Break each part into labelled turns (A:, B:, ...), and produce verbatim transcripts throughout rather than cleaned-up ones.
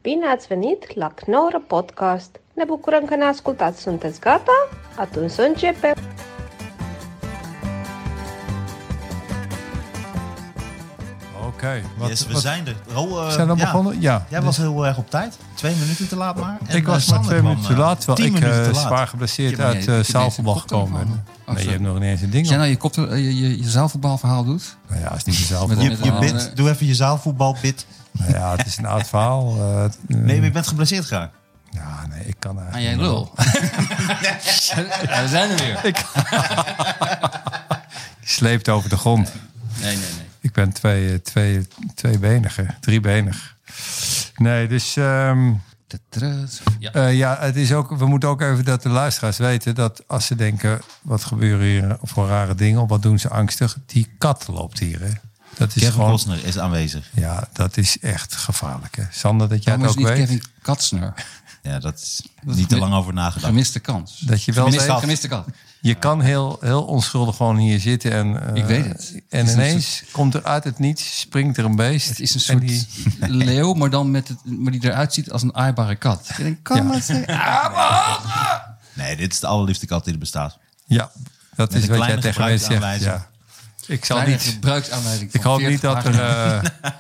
A: Bine ați venit la Knorr Podcast! Ne bucurăm că ne ascultați. Sunteți gata? Atunci să începem!
B: Oké, okay, wat,
C: yes, we
B: wat,
C: zijn er. Oh, uh,
B: zijn we
C: ja.
B: begonnen? Ja.
C: Jij was heel erg op tijd. Twee minuten te laat maar. En
B: ik was maar twee minuten te laat, terwijl ik uh, zwaar geblesseerd uit uh, zaalvoetbal gekomen ben. Nee, je hebt nog niet eens een ding.
D: Als jij nou je, kopte, je, je, je zaalvoetbalverhaal doet?
B: Nou ja, het is niet een zaalvoetbal.
C: Je, je bid, doe even je zaalvoetbalbid.
B: Nou ja, het is een oud verhaal. Uh,
C: nee, maar je bent geblesseerd geraakt.
B: Ja, nee, ik kan
D: eigenlijk. Ah, jij lul. Ja, we zijn er weer. Ik...
B: Je sleept over de grond.
D: Nee, nee, nee.
B: Ik ben twee, twee, tweebenige, driebenig. Nee, dus... Um, ja. Uh, ja, het is ook, we moeten ook even dat de luisteraars weten dat als ze denken, wat gebeuren hier voor rare dingen, of wat doen ze angstig, die kat loopt hier, hè. Dat is
C: Kevin
B: gewoon,
C: Costner is aanwezig.
B: Ja, dat is echt gevaarlijk, hè. Sander, dat jij
D: het ook
B: weet.
D: Kevin Costner.
C: Ja, dat is dat niet te lang over nagedacht.
D: Gemiste kans.
B: Dat je wel
D: gemiste,
B: weet,
D: gemiste kans.
B: Je kan heel, heel onschuldig gewoon hier zitten en... Uh,
D: ik weet het.
B: En
D: het
B: ineens
D: soort,
B: komt er uit het niets, springt er een beest.
D: Het is een soort die, leeuw, maar dan met het, maar die eruit ziet als een aaibare kat. Je denkt, kan dat zijn?
C: Nee, dit is de allerliefste kat die er bestaat.
B: Ja, dat
C: met
B: is wat jij tegen mij zegt. Ja. Ik zal niet.
D: Gebruiksaanwijzing.
B: Ik hoop niet dat er. Uh,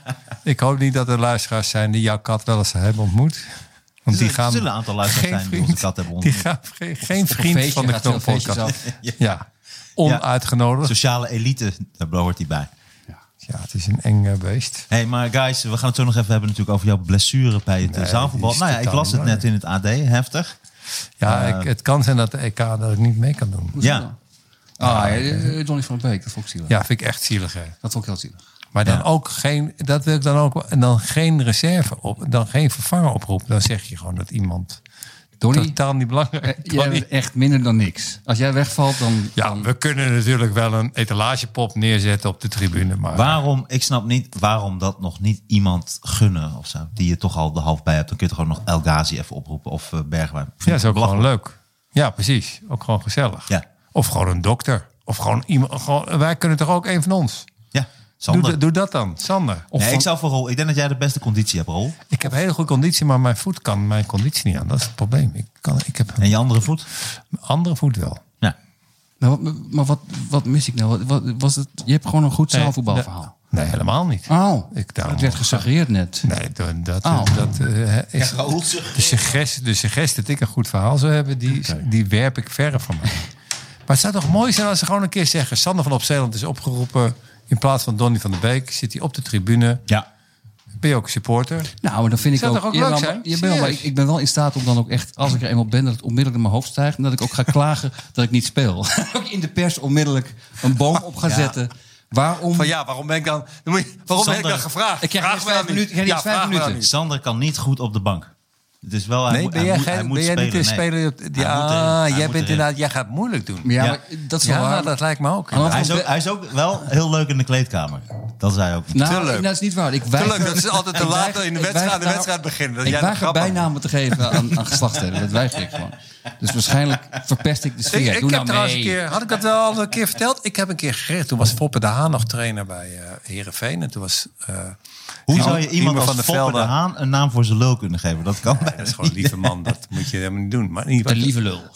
B: ik hoop niet dat er luisteraars zijn die jouw kat wel eens hebben ontmoet. Want die gaan.
C: Er zullen een aantal luisteraars zijn die onze kat hebben ontmoet.
B: Die gaan geen, geen vriend van de Knorr Podcast. Ja. ja, onuitgenodigd.
C: Sociale elite, daar behoort hij bij.
B: Ja. ja, het is een eng beest.
C: Hey, maar guys, we gaan het zo nog even hebben natuurlijk over jouw blessure bij het nee, zaalvoetbal. Nou ja, ik las het net in het A D, heftig.
B: Ja, uh, ik, het kan zijn dat de E K dat ik niet mee kan doen.
C: Ja.
D: Ah, ja, Johnny van Beek, dat vond ik zielig.
B: Ja, vind ik echt zielig, hè.
D: Dat vond ik heel zielig.
B: Maar dan
C: ja.
B: ook geen, dat wil ik dan ook, en dan geen reserve op, dan geen vervanger oproepen. Dan zeg je gewoon dat iemand
D: Donnie,
B: totaal niet belangrijk is.
D: Jij bent echt minder dan niks. Als jij wegvalt, dan...
B: Ja,
D: dan...
B: we kunnen natuurlijk wel een etalagepop neerzetten op de tribune. Maar
C: waarom, ik snap niet waarom dat nog niet iemand gunnen of zo. Die je toch al de half bij hebt. Dan kun je toch gewoon nog El Ghazi even oproepen of uh, Bergwijn.
B: Ja, dat is ook gewoon leuk. Ja, precies. Ook gewoon gezellig.
C: Ja.
B: Of gewoon een dokter. Of gewoon iemand. Gewoon, wij kunnen toch ook een van ons?
C: Ja, Sander.
B: Doe, doe dat dan, Sander.
C: Of nee,
B: van...
C: ik zou voor Rol. Ik denk dat jij de beste conditie hebt, Rol.
B: Ik heb hele goede conditie, maar mijn voet kan mijn conditie niet aan. Dat is het probleem. Ik kan, ik heb...
C: En je andere voet?
B: Mijn andere voet wel.
C: Ja.
D: Maar, wat, maar wat, wat mis ik nou? Wat, was het? Je hebt gewoon een goed zaalvoetbalverhaal.
B: Nee, nee, helemaal niet.
D: Oh,
B: ik daarom...
D: het werd gesuggereerd net.
B: Nee, dat, dat,
D: oh.
B: dat uh, is... Ja, de, suggestie, de suggestie dat ik een goed verhaal zou hebben, die, okay. die werp ik verre van mij. Maar het zou toch mooi zijn als ze gewoon een keer zeggen, Sander van Opzeeland is opgeroepen. In plaats van Donnie van der Beek zit hij op de tribune.
C: Ja.
B: Ben je ook een supporter?
D: Nou, maar dan vind ik
B: zou
D: ook...
B: ook
D: ja,
B: leuk
D: wel,
B: zijn?
D: Je ben wel, maar ik, ik ben wel in staat om dan ook echt, als ik er eenmaal ben, dat het onmiddellijk in mijn hoofd stijgt. En dat ik ook ga klagen dat ik niet speel. Ook in de pers onmiddellijk een boom op ga ja. zetten. Waarom?
B: Van ja, waarom ben ik dan... dan moet je, waarom
C: Sander,
B: ben ik dan gevraagd?
D: Ik krijg vijf minuten. Ik
B: ja,
D: vijf minuten.
C: Sander kan niet goed op de bank. Het is wel, hij
B: nee,
C: moet,
B: ben
C: hij
B: jij,
C: moet,
B: geen,
C: hij moet
B: ben jij
C: spelen.
B: niet te spelen? Op, ja,
C: moet
B: jij bent inderdaad, jij gaat moeilijk doen.
D: Ja,
C: ja.
D: maar dat is
B: ja,
D: wel waar.
B: dat lijkt me ook.
C: Hij is ook. Hij is ook wel heel leuk in de kleedkamer. Dat is hij ook.
D: Nou,
B: te leuk.
D: dat is niet waar. Ik weiger,
B: te leuk, dat is altijd te laat in de wedstrijd, aan de wedstrijd beginnen. Dat
D: ik
B: jij
D: weiger bijnamen te geven aan, aan geslachtsdelen. Dat weiger ik gewoon. Dus waarschijnlijk verpest ik de sfeer.
B: Ik, ik
D: Doe
B: heb
D: nou
B: trouwens
D: mee.
B: een keer, had ik dat wel al een keer verteld? Ik heb een keer gekregen. Toen was Foppe de Haan nog trainer bij uh, Heerenveen. En toen was... Uh,
C: Hoe zou je iemand als
B: van de
C: Foppe
B: Velde...
C: de Haan een naam voor zijn lul kunnen geven? Dat kan
B: ja, dat is gewoon een lieve man. Dat moet je helemaal niet doen. Maar niet,
D: een lieve lul.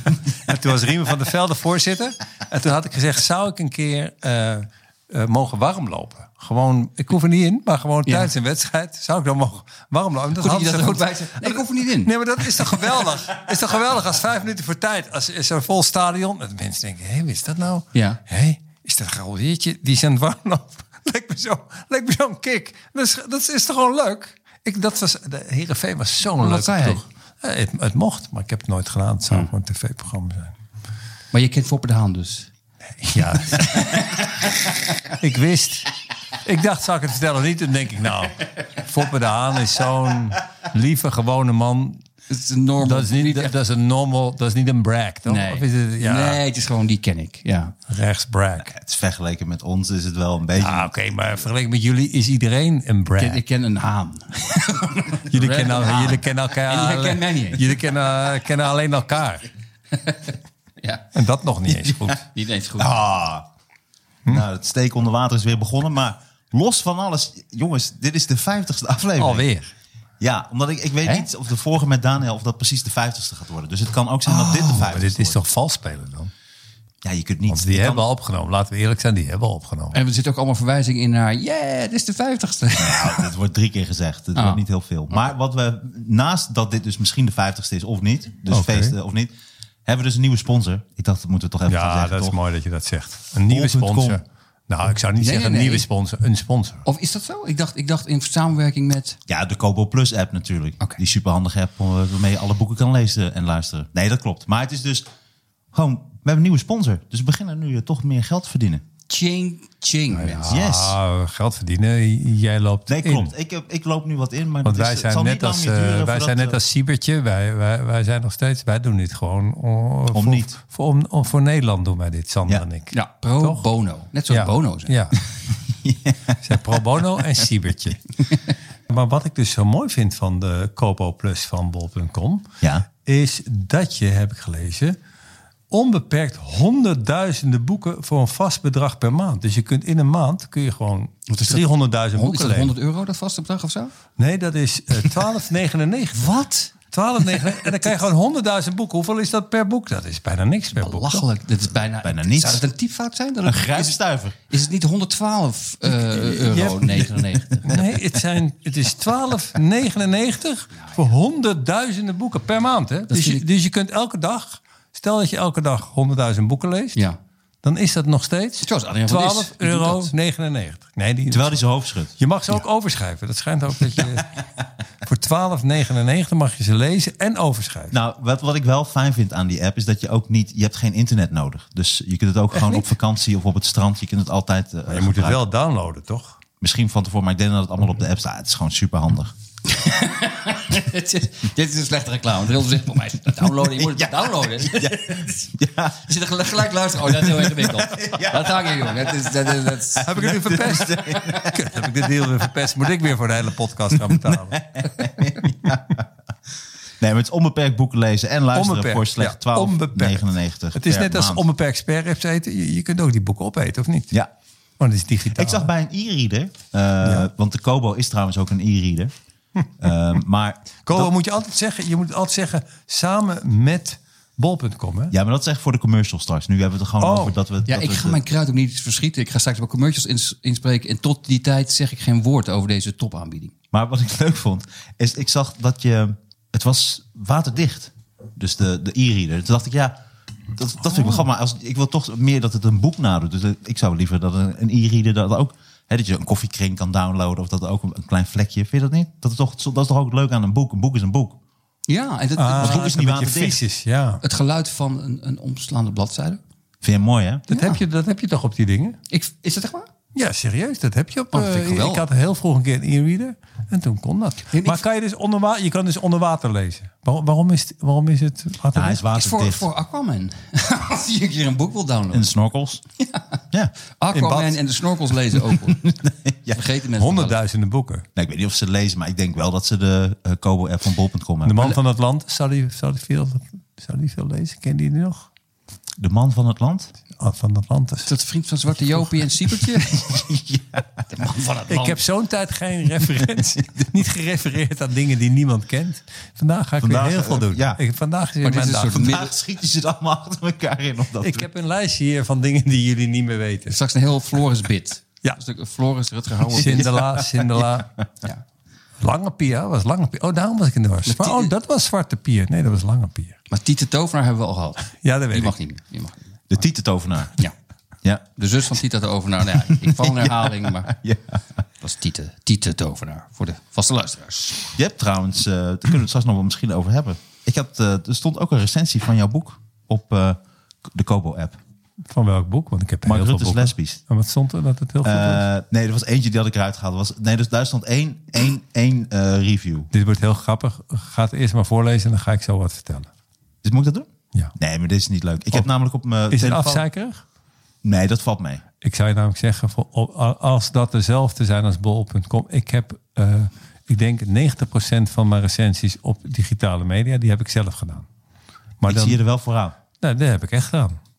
B: En toen was Riemen van der Velde voorzitter. En toen had ik gezegd, zou ik een keer uh, uh, mogen warm lopen? Gewoon, ik hoef er niet in, maar gewoon tijdens ja. een wedstrijd zou ik dan mogen warm lopen. Dat
D: goed, je dat
B: goed
D: goed bij zeggen. Nee, ik hoef er niet in.
B: Nee, maar dat is toch geweldig? Is toch geweldig als vijf minuten voor tijd, als is zo'n vol stadion, en de mensen denken, hé, hey, wie is dat nou?
D: Ja.
B: Hé, hey, is dat een Galweertje? Die is aan het warm lopen. Lijkt me zo, lijkt me zo'n kick. Dat is, dat is toch gewoon leuk? Ik, dat was, de Heerenveen was zo'n leuk ploeg. Ja, het, het mocht, maar ik heb het nooit gedaan. Het zou hmm. gewoon een tv-programma zijn.
D: Maar je kent Foppe de Haan dus?
B: Ja. Ik wist. Ik dacht, zou ik het vertellen of niet? Toen denk ik, nou, Foppe de Haan is zo'n lieve, gewone man.
D: Het is een normal,
B: dat is niet, dat, dat is een normal, dat is niet een brag, toch?
D: Nee.
B: Of is het, ja.
D: nee, het is gewoon, die ken ik. Ja.
B: Rechts brag.
C: Ja, het is vergeleken met ons is het wel een beetje...
B: Ah, oké, okay, maar vergeleken met jullie is iedereen een brag.
D: Ik ken, ik ken een haan.
B: jullie, kennen, haan. jullie kennen elkaar.
D: En die herkent mij niet.
B: Jullie kennen, kennen alleen elkaar.
D: Ja.
B: En dat nog niet eens goed.
D: Niet eens goed.
C: Ah. Hm? Nou, het steken onder water is weer begonnen. Maar los van alles, jongens, dit is de vijftigste aflevering.
B: Alweer.
C: Ja, omdat ik, ik weet
D: Hè?
C: niet of de vorige met Daniel... of dat precies de vijftigste gaat worden. Dus het kan ook zijn dat dit de
B: Maar
C: vijftigste
B: dit is
C: wordt.
B: toch vals spelen dan?
C: Ja, je kunt niet...
B: Want die
C: je kan-
B: hebben al opgenomen. Laten we eerlijk zijn, die hebben al opgenomen.
D: En er zitten ook allemaal verwijzingen in naar... Yeah, dit is de vijftigste.
C: Nou, het wordt drie keer gezegd. Het
D: Ah.
C: wordt niet heel veel. Maar wat we, naast dat dit dus misschien de vijftigste is of niet... dus
B: Oké.
C: feesten of niet... hebben we dus een nieuwe sponsor. Ik dacht, dat moeten we toch even gaan
B: Ja,
C: zeggen,
B: dat is
C: toch?
B: mooi dat je dat zegt. Een nieuwe
C: bol punt com.
B: sponsor. Nou, ik zou niet
D: Nee,
B: zeggen
D: nee,
B: een nieuwe
D: nee.
B: sponsor. Een sponsor.
D: Of is dat zo? Ik dacht, ik dacht in samenwerking met...
C: Ja, de Kobo Plus app natuurlijk.
D: Oké.
C: Die superhandige app eh, waarmee je alle boeken kan lezen en luisteren. Nee, dat klopt. Maar het is dus gewoon... We hebben een nieuwe sponsor. Dus we beginnen nu eh, toch meer geld te verdienen.
D: Ching, ching, mensen.
C: Yes.
B: Ah, geld verdienen. Jij loopt
C: Nee,
B: in.
C: klopt. Ik, heb- ik loop nu wat in, maar
B: Want
C: dat
B: wij
C: is, het
B: zijn,
C: zal
B: net
C: niet lang
B: als,
C: meer
B: eh,
C: duren
B: wij
C: voordat,
B: zijn net
C: eh,
B: als Siebertje. Wij, wij, wij zijn nog steeds... Wij doen dit gewoon... oh, voor,
C: niet.
B: Voor, om, om- voor Nederland doen wij dit, Sander
C: Ja.
B: en ik.
D: Ja, pro
B: Toch?
D: bono. Net zoals bono zijn.
B: Ja. Zijn pro bono en Siebertje. Maar wat ik dus zo mooi vind van de Kobo Plus van bol punt com...
C: Ja.
B: is dat je, heb ik gelezen... onbeperkt honderdduizenden boeken voor een vast bedrag per maand. Dus je kunt in een maand kun je gewoon
D: Wat is dat?
B: driehonderdduizend
D: Hond- Is
B: boeken
D: dat
B: lenen.
D: honderd euro, dat vaste bedrag of zo?
B: Nee, dat is eh, twaalf negenennegentig.
D: Wat?
B: twaalf negenennegentig. En dan krijg je gewoon honderdduizend boeken. Hoeveel is dat per boek? Dat is bijna niks per boek. toch?
D: Belachelijk. Dit is bijna,
C: Bijna niets.
D: Zou het een typfout zijn? Dat
C: Een
D: het,
C: grijze
D: is,
C: stuiver.
D: is het niet honderdtwaalf eh, euro negenennegentig?
B: Nee, het, zijn, het is twaalf negenennegentig voor honderdduizenden boeken per maand. Hè? Dus,
D: vind
B: je,
D: ik-
B: dus je kunt elke dag... Stel dat je elke dag honderdduizend boeken leest...
D: Ja.
B: dan is dat nog steeds
D: Zoals Adriaan van Dis.
B: twaalf
D: Die doet
B: euro
D: dat.
B: negenennegentig. Nee, die,
C: Terwijl hij zijn hoofd schudt.
B: je mag ze ook overschrijven. Dat schijnt ook dat je... voor twaalf negenennegentig mag je ze lezen en overschrijven.
C: Nou, wat, wat ik wel fijn vind aan die app is dat je ook niet... Je hebt geen internet nodig. Dus je kunt het ook gewoon
B: niet?
C: op vakantie of op het strand. Je kunt het altijd uh,
B: Maar je moet het wel downloaden, toch?
C: Misschien van tevoren, maar ik denk dat het allemaal op de app staat. Het is gewoon super handig.
D: Dit is, dit is een slechte reclame. Heel zegt voor mij. Downloaden, je moet het downloaden.
C: Ja.
D: Er zit er gelijk, gelijk luisteren. Oh, dat is heel ingewikkeld. Dat hang je, jongen. Dat is, dat is, dat is...
B: Heb ik het nu verpest? Kut, heb ik dit deel weer verpest? Moet ik weer voor de hele podcast gaan betalen?
C: Nee, maar het is onbeperkt boeken lezen en luisteren
B: Onbeperkt,
C: voor slechts
B: ja,
C: twaalf
B: onbeperkt.
C: negenennegentig.
B: Het is
C: per
B: net als
C: maand.
B: onbeperkt sperrips eten. Je, je kunt ook die boeken opeten, of niet?
C: Ja.
B: Maar dat is digitaal.
C: Ik zag bij een e-reader, uh, want de Kobo is trouwens ook een e-reader. uh, maar
B: Kobo
C: dat-
B: moet je altijd zeggen, je moet het altijd zeggen samen met bol punt com. Hè?
C: Ja, maar dat is echt voor de commercial straks. Nu hebben we het er gewoon
B: Oh.
C: over dat we...
D: Ja,
C: dat
D: ik
C: we
D: ga
C: de-
D: mijn kruid ook niet verschieten. Ik ga straks bij commercials ins- inspreken. En tot die tijd zeg ik geen woord over deze topaanbieding.
C: Maar wat ik leuk vond, is ik zag dat je... Het was waterdicht. Dus de, de e-reader. Toen dacht ik, ja, dat, dat vind ik wel grappig. Maar als, ik wil toch meer dat het een boek nadoet. Dus ik zou liever dat een, een e-reader dat ook... Hè, dat je een koffiekring kan downloaden of dat er ook een, een klein vlekje. Vind je dat niet? Dat is, toch, dat is toch ook leuk aan een boek? Een boek is een boek.
D: Ja, en het,
B: Ah,
D: het,
C: boek is
B: een
C: niet
B: beetje
C: waterdicht.
B: vies is, ja.
D: het geluid van een, een omslaande bladzijde.
C: Vind je mooi, hè?
B: Dat, heb je, dat heb je toch op die dingen?
D: Ik, is dat echt waar?
B: Ja, serieus, dat heb je op.
D: Oh, dat vind ik
B: eh,
D: geweldig.
B: ik had heel vroeg een keer een e-reader en toen kon dat.
D: En ik-
B: Maar kan je dus onder water, je kan dus onder water lezen. Waarom, waarom, is, het, waarom is het waterdicht?
C: Ja, hij is
D: Is voor,
C: waterdicht.
D: voor Aquaman. Als je een keer een boek wil
C: En
D: downloaden.
C: de snorkels. Ja.
D: Aquaman
B: bad.
D: en de snorkels lezen ook. Hoor.
C: Ja.
D: Vergeten mensen.
B: Honderdduizenden boeken.
C: Nou, ik weet niet of ze lezen, maar ik denk wel dat ze de uh, Kobo-app van bol punt com
B: De
C: hebben.
B: man van het land, zou die, zou die, veel, zou die veel lezen? Ken die die nog?
C: De man van het land?
B: Ah, van Atlantis.
D: Is dat de vriend van Zwarte Jopie en Siebertje? De man van het
B: Ik
D: land.
B: heb zo'n tijd geen referentie. Niet gerefereerd aan dingen die niemand kent. Vandaag ga ik
C: Vandaag,
B: weer heel veel
C: eh,
B: doen.
C: ja.
B: Ik, vandaag is weer
D: Maar dit
B: mijn
D: is een
B: dag.
D: soort midden-
C: Vandaag schiet je ze het allemaal achter elkaar in. Omdat
B: Ik heb een lijstje hier van dingen die jullie niet meer weten.
D: Straks een heel Floris bit.
B: Ja.
D: Een stuk Floris Rutger Hauer bit.
B: Sindela, Sindela.
D: Ja.
B: Lange Pier, was Lange Pier. Oh, daarom was ik in de war.
D: Met die-
B: Oh, dat was Zwarte Pier. Nee, dat was Lange Pier.
D: Maar Tiete Tovenaar hebben we al gehad.
B: Ja, dat weet
D: Die
B: ik.
D: mag niet meer. Die mag niet meer.
C: De Tietetovenaar.
D: Ja.
C: Ja.
D: De zus van Tita Tovenaar. Nou ja, ik val in herhaling, maar
C: Ja.
D: dat was Tiete, Tiete Tovenaar. Voor de vaste luisteraars.
C: Je hebt trouwens, uh, daar kunnen we het straks nog wel misschien over hebben. Ik had, uh, er stond ook een recensie van jouw boek op uh, de Kobo-app.
B: Van welk boek? Want ik heb
C: Mark
B: heel veel
C: Rutte's
B: boeken.
C: lesbisch.
B: En wat stond er? Dat het heel veel was?
C: Uh, nee, er was eentje die had ik eruit gehaald. Was, nee, dus daar stond één, één, één uh, review.
B: Dit wordt heel grappig. Ga het eerst maar voorlezen en dan ga ik zo wat vertellen.
C: Dus moet ik dat doen?
B: Ja.
C: Nee, maar dit is niet leuk. Ik heb namelijk op mijn
B: Is het
C: telefoon...
B: afzeikerig?
C: Nee, dat valt mee.
B: Ik zou je namelijk zeggen, voor- als dat dezelfde zijn als bol punt com. Ik heb, uh, ik denk negentig procent van mijn recensies op digitale media, die heb ik zelf gedaan. Maar
C: Ik
B: dan,
C: zie je er wel vooraan.
B: nou, dat heb ik echt gedaan.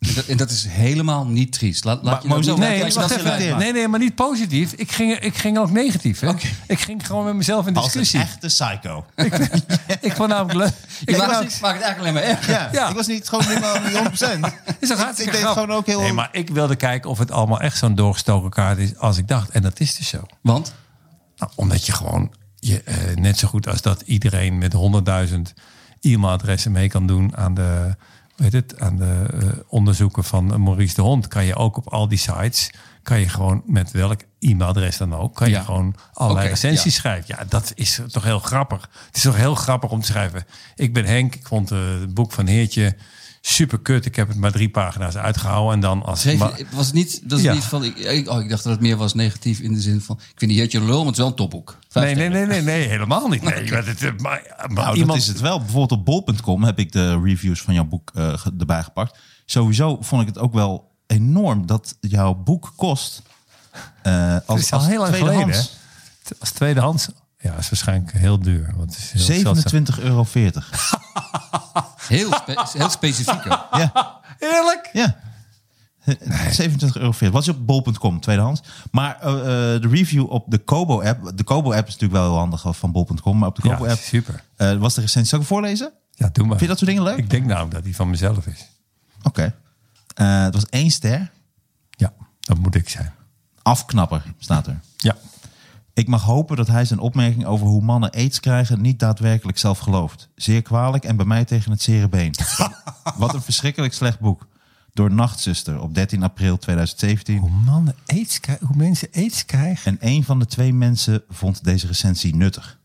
D: En dat, en dat is helemaal niet triest. Laat, laat je
C: maar
D: dat
C: hoezo?
D: niet-
B: Nee,
D: laat je
B: wacht
D: dat
B: even.
D: eruit maken.
B: nee, nee, maar niet positief. Ik ging, ik ging ook negatief. Hè?
D: Oké.
B: Ik ging gewoon met mezelf in
C: Als een
B: discussie.
C: echte psycho.
B: Ik vond namelijk leuk.
D: Je
B: Ik
D: maakt,
B: wou-
D: het, maakt het eigenlijk alleen maar erg.
C: Ja,
B: Ja.
C: ik was niet gewoon helemaal niet honderd procent.
B: Is dat
C: ik
B: hartstikke
C: deed
B: grappig.
C: gewoon ook heel...
B: Nee, maar ik wilde kijken of het allemaal echt zo'n doorgestoken kaart is als ik dacht. En dat is dus zo.
D: Want?
B: Nou, omdat je gewoon, je, eh, net zo goed als dat iedereen met honderdduizend e-mailadressen mee kan doen aan de, weet het, aan de eh, onderzoeken van eh, Maurice de Hond, kan je ook op al die sites, kan je gewoon met welk e-mailadres dan ook, kan je
D: Ja.
B: gewoon allerlei
D: Oké,
B: recensies
D: ja.
B: schrijven. Ja, dat is toch heel grappig. Het is toch heel grappig om te schrijven. Ik ben Henk, ik vond eh, het boek van Heertje super kut. Ik heb het maar drie pagina's uitgehouden en dan als
D: Schreef,
B: maar-
D: je- was het niet, dat is
B: Ja.
D: niet van... Ik, ik- oh, ik dacht dat het meer was negatief in de zin van... Ik vind die Heertje lul, maar het is wel een topboek. Vijf
B: Nee, nee,
D: sterren.
B: nee, nee, nee, helemaal niet. Nee, maar het, eh, maar, maar
C: Nou,
B: iemand,
C: dat is het wel. Bijvoorbeeld op bol punt com heb ik de reviews van jouw boek eh, ge- erbij gepakt. Sowieso vond ik het ook wel enorm dat jouw boek kost. eh
B: Het
C: als,
B: is al
C: als
B: heel lang geleden, hè?
C: tweedehands
B: Als tweedehands, ja, is waarschijnlijk heel duur. Want het is heel
C: zevenentwintig euro veertig.
D: Heel, spe- heel specifiek ook.
C: Ja,
B: zeldzaam. Heerlijk!
C: ja. zevenentwintig euro veertig. Wat is op bol punt com, tweedehands. Maar eh, eh, de review op de Kobo-app. De Kobo-app is natuurlijk wel heel handig van bol punt com. Maar op de
B: Ja,
C: Kobo-app
B: super.
C: eh, was de recensie. Zal ik hem voorlezen?
B: Ja, doe maar.
C: Vind je dat soort dingen leuk?
B: Ik denk namelijk dat die van mezelf is.
C: Oké. Eh, het was één ster.
B: Ja, dat moet ik zijn.
C: Afknapper staat er.
B: Ja.
C: Ik mag hopen dat hij zijn opmerking over hoe mannen aids krijgen niet daadwerkelijk zelf gelooft. Zeer kwalijk en bij mij tegen het zere been. Wat een verschrikkelijk slecht boek. Door Nachtzuster op dertien april tweeduizend zeventien.
B: Hoe mannen aids krijgen, hoe mensen aids krijgen.
C: En een van de twee mensen vond deze recensie nuttig.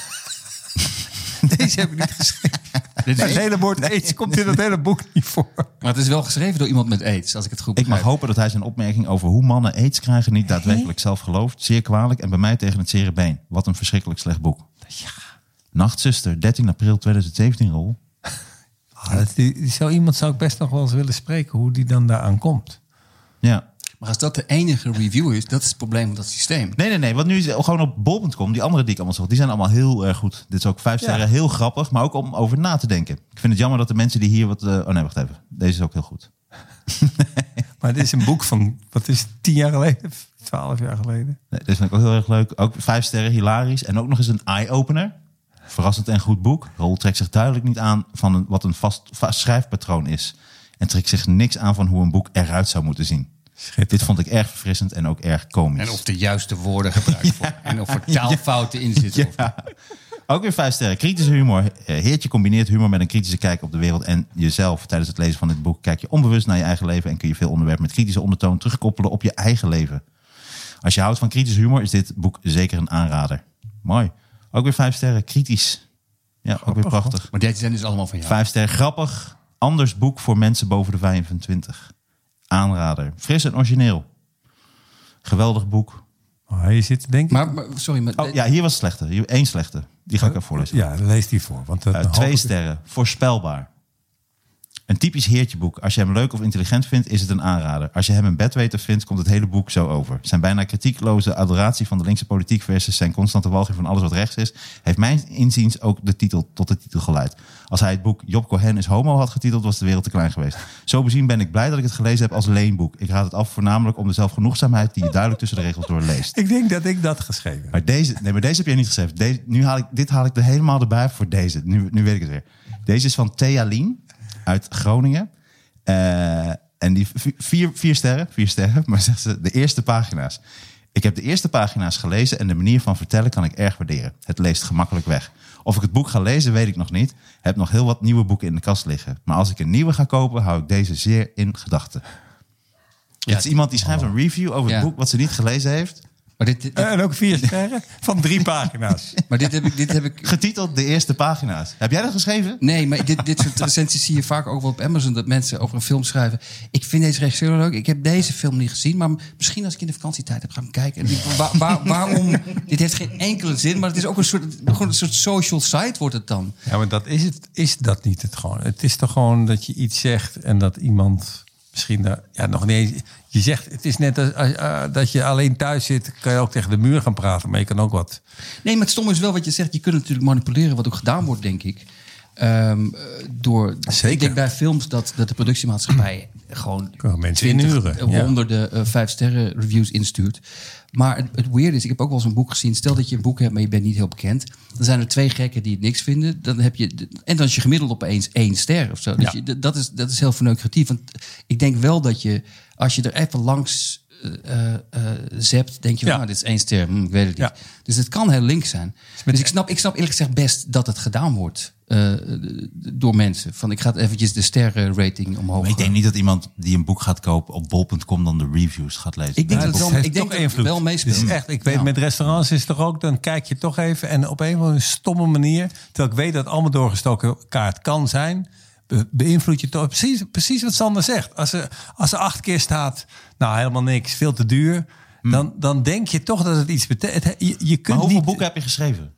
B: Deze heb ik niet geschreven. Het hele woord aids komt in dat hele boek niet voor.
D: Maar het is wel geschreven door iemand met aids, als ik het goed
C: Ik mag
D: begrijp.
C: hopen dat hij zijn opmerking over hoe mannen aids krijgen niet daadwerkelijk zelf gelooft. Zeer kwalijk en bij mij tegen het zere been. Wat een verschrikkelijk slecht boek.
B: Ja.
C: Nachtzuster, dertien april tweeduizend zeventien, Rol.
B: Ah, dat, die, die zou, iemand zou ik best nog wel eens willen spreken hoe die dan daaraan komt.
C: Ja.
D: Maar als dat de enige review is, dat is het probleem van dat systeem.
C: Nee, nee, nee. Want nu is het gewoon op bol punt com. Die andere die ik allemaal zag, die zijn allemaal heel erg goed. Dit is ook vijf sterren,
B: Ja.
C: heel grappig. Maar ook om over na te denken. Ik vind het jammer dat de mensen die hier wat... eh, oh nee, wacht even. Deze is ook heel goed.
B: Maar dit is een boek van, wat is het, tien jaar geleden? Twaalf jaar geleden?
C: Nee, deze vind ik ook heel erg leuk. Ook vijf sterren, hilarisch. En ook nog eens een eye-opener. Verrassend en goed boek. Rol trekt zich duidelijk niet aan van een, wat een vast, vast schrijfpatroon is. En trekt zich niks aan van hoe een boek eruit zou moeten zien. Dit vond ik erg verfrissend en ook erg komisch.
D: En of de juiste woorden gebruikt worden. En of er taalfouten in zitten.
C: Ja. Ook weer vijf sterren. Kritische humor. Eh, Heertje combineert humor met een kritische kijk op de wereld en jezelf. Tijdens het lezen van dit boek kijk je onbewust naar je eigen leven en kun je veel onderwerpen met kritische ondertoon terugkoppelen op je eigen leven. Als je houdt van kritische humor is dit boek zeker een aanrader. Mooi. Ook weer vijf sterren. Kritisch. Ja, ook weer prachtig.
D: Maar die zijn dus allemaal van jou.
C: Vijf sterren. Grappig. Anders boek voor mensen boven de vijfentwintig. Aanrader. Fris en origineel. Geweldig boek.
B: Oh, je zit te denken.
D: Maar, maar sorry, maar
C: Oh ja, hier was het slechte. Hier één slechte. Die ga ik even voorlezen.
B: Ja, lees die voor. Want dat,
C: Uh,
B: dan
C: twee
B: hoop ik-
C: sterren. Voorspelbaar. Een typisch heertjeboek. Als je hem leuk of intelligent vindt, is het een aanrader. Als je hem een bedweter vindt, komt het hele boek zo over. Zijn bijna kritiekloze adoratie van de linkse politiek versus zijn constante walging van alles wat rechts is, heeft mijn inziens ook de titel tot de titel geleid. Als hij het boek Job Cohen is homo had getiteld, was de wereld te klein geweest. Zo bezien ben ik blij dat ik het gelezen heb als leenboek. Ik raad het af voornamelijk om de zelfgenoegzaamheid die je duidelijk tussen de regels door leest.
B: Ik denk dat ik dat geschreven heb.
C: Maar deze, nee, maar deze heb jij niet geschreven. Deze, nu haal ik, dit haal ik er helemaal erbij voor deze. Nu, nu weet ik het weer. Deze is van Thea Lien uit Groningen. Uh, en die v- vier, vier sterren, vier sterren, maar zegt ze de eerste pagina's. Ik heb de eerste pagina's gelezen en de manier van vertellen kan ik erg waarderen. Het leest gemakkelijk weg. Of ik het boek ga lezen, weet ik nog niet. Heb nog heel wat nieuwe boeken in de kast liggen. Maar als ik een nieuwe ga kopen, hou ik deze zeer in gedachten.
D: Ja,
C: Het is iemand die schrijft een review over het
D: Ja.
C: boek wat ze niet gelezen heeft.
D: maar, dit, dit- dit-
B: En ook vier sterren van drie pagina's.
D: maar dit heb ik... Dit heb ik
C: Getiteld de eerste pagina's. Heb jij dat geschreven?
D: nee, maar dit, dit soort recensies zie je vaak ook wel op Amazon... dat mensen over een film schrijven. Ik vind deze regisseur leuk. Ik heb deze film niet gezien. Maar misschien als ik in de vakantietijd heb gaan kijken. En ik, waar, waar- waarom... Dit heeft geen enkele zin. Maar het is ook een soort, gewoon een soort social site wordt het dan.
B: Ja, maar dat is, het, is dat niet het gewoon. Het is toch gewoon dat je iets zegt en dat iemand misschien daar... Ja, nog niet eens... Je zegt, het is net als, als, uh, dat je alleen thuis zit, kan je ook tegen de muur gaan praten. Maar je kan ook wat...
D: Nee, maar het stomme is wel wat je zegt. Je kunt natuurlijk manipuleren, wat ook gedaan wordt, denk ik. Um, door,
B: Zeker.
D: Ik denk bij films dat, dat de productiemaatschappij gewoon
B: Kunnen mensen
D: twintig,
B: inhuren, ja.
D: honderden uh, vijf sterren reviews instuurt. Maar het, het weird is, ik heb ook wel eens een boek gezien. Stel dat je een boek hebt, maar je bent niet heel bekend. Dan zijn er twee gekken die het niks vinden. Dan heb je, en dan is je gemiddeld opeens één ster of zo. Dus
B: Ja.
D: je, dat, is, dat is heel verneukeratief. Want ik denk wel dat je, als je er even langs uh, uh, zept, denk je,
B: Ja.
D: nou, dit is één ster. Hm, ik weet het niet.
B: Ja.
D: Dus het kan heel link zijn. Dus ik snap, ik snap eerlijk gezegd best dat het gedaan wordt uh, door mensen. Van ik ga het eventjes de sterrenrating omhoog.
C: Maar ik denk niet dat iemand die een boek gaat kopen op bol punt com dan de reviews gaat lezen.
D: Ik denk
B: Ja,
D: dat het
B: het
D: wel,
B: heeft
D: ik denk
B: toch
D: dat het
B: invloed.
D: wel meespeelt.
B: Het is echt, ik weet,
D: Ja.
B: met restaurants is het toch ook, dan kijk je toch even en op een of andere stomme manier, terwijl ik weet dat het allemaal doorgestoken kaart kan zijn, be- beïnvloed je toch precies, precies wat Sander zegt. Als er, als er acht keer staat, nou helemaal niks, veel te duur, dan, dan denk je toch dat het iets betekent. Je, je kunt
C: Maar hoeveel
B: niet,
C: boeken heb je geschreven?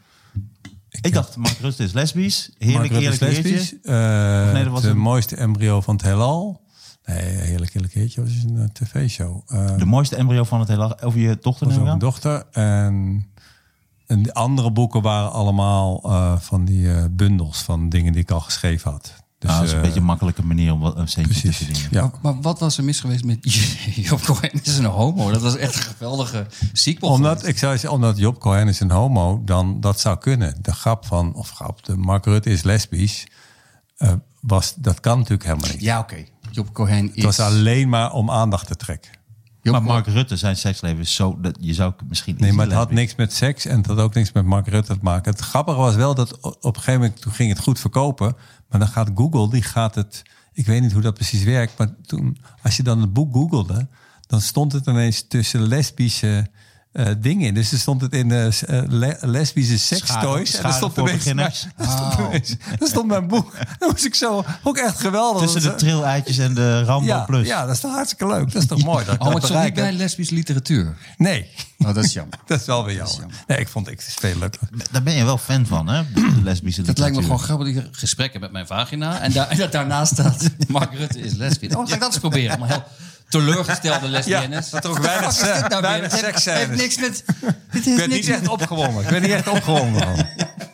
C: Ik dacht, Mark Rutte is lesbisch. Heerlijk,
B: Mark
C: heerlijk
B: Rutte is
C: heertje.
B: lesbisch. Eh,
C: nee, dat was
B: het
C: een-
B: mooiste embryo van het heelal. Nee, heerlijk, heerlijk heertje was een uh, tv-show. Uh,
C: De mooiste embryo van het hele over je dochter.
B: was
C: neem
B: ook
C: ik
B: een
C: aan?
B: dochter. En, en de andere boeken waren allemaal uh, van die uh, bundels van dingen die ik al geschreven had. Dus,
C: Nou, dat is een
B: uh,
C: beetje een makkelijke manier om wat- een centje te
B: precies.
C: verdienen.
B: Ja.
D: Maar, maar wat was er mis geweest met Job Cohen is een homo? Dat was echt een geweldige sequel.
B: Omdat, ik zou zeggen, omdat Job Cohen is een homo, dan dat zou kunnen. De grap van, of grap, de Mark Rutte is lesbisch, uh, was, dat kan natuurlijk helemaal niet.
D: Ja, oké. Okay. Job Cohen is...
B: Het was alleen maar om aandacht te trekken.
D: Job
C: Maar
D: Cohen-
C: Mark Rutte, zijn seksleven is zo... Dat je zou misschien...
B: Nee,
C: iets
B: maar het had
C: lesbisch-
B: niks met seks en het had ook niks met Mark Rutte te maken. Het grappige was wel dat op een gegeven moment, toen ging het goed verkopen. Maar dan gaat Google, die gaat het... Ik weet niet hoe dat precies werkt, maar toen, als je dan het boek googelde, dan stond het ineens tussen lesbische uh, dingen. Dus er stond het in de uh, le- lesbische sekstoys.
C: Schade-
B: En dan stond
C: schade voor
B: ineens,
C: beginners.
B: daar stond ineens- daar stond mijn boek. Dat was ik zo, ook echt geweldig.
C: Tussen de
B: Dat-
C: trilleitjes en de Rambo
B: ja,
C: Plus.
B: ja, dat is toch hartstikke leuk. Dat is toch mooi. Dat ik
D: Oh, maar
B: dat
D: het zat niet
B: bereik
D: bij
B: heb.
D: lesbische literatuur.
B: Nee,
D: Oh, dat is jammer.
B: dat is wel weer jammer. Nee, ik vond ik het veel leuker.
C: Daar ben je wel fan van, hè? De lesbische
D: Dat lijkt me
C: literatuur.
D: gewoon grappig. dat ik gesprekken met mijn vagina. En, daar, en dat daarnaast staat Mark Rutte is lesbisch. Oh, ga ik dat eens proberen. Maar heel teleurgestelde lesbiennes.
B: dat er ook weinig
D: Wat is dit
B: se-
D: nou
B: weinig
D: weer? Het
B: seks
D: heeft,
B: zijn.
D: heeft niks met... Dit heeft
B: Ik ben
D: niks
B: niet echt opgewonden. Ik ben niet echt opgewonden. van.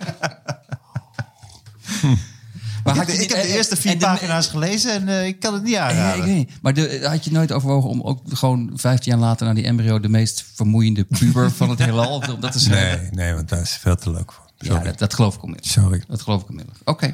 D: Maar
C: Ik
D: had
C: heb,
D: je
C: ik
D: niet-
C: heb de
D: en-
C: eerste vier
D: en de-
C: pagina's gelezen en uh, ik kan het niet
D: Ja,
C: aanraden.
D: ik weet niet. Maar de, had je nooit overwogen om ook gewoon vijftien jaar later naar die embryo de meest vermoeiende puber van het heelal om dat te schrijven?
B: Nee, nee, want daar is veel te leuk voor.
D: Ja,
B: Sorry.
D: dat, dat geloof ik onmiddellijk.
B: Sorry.
D: Dat geloof ik onmiddellijk. Oké.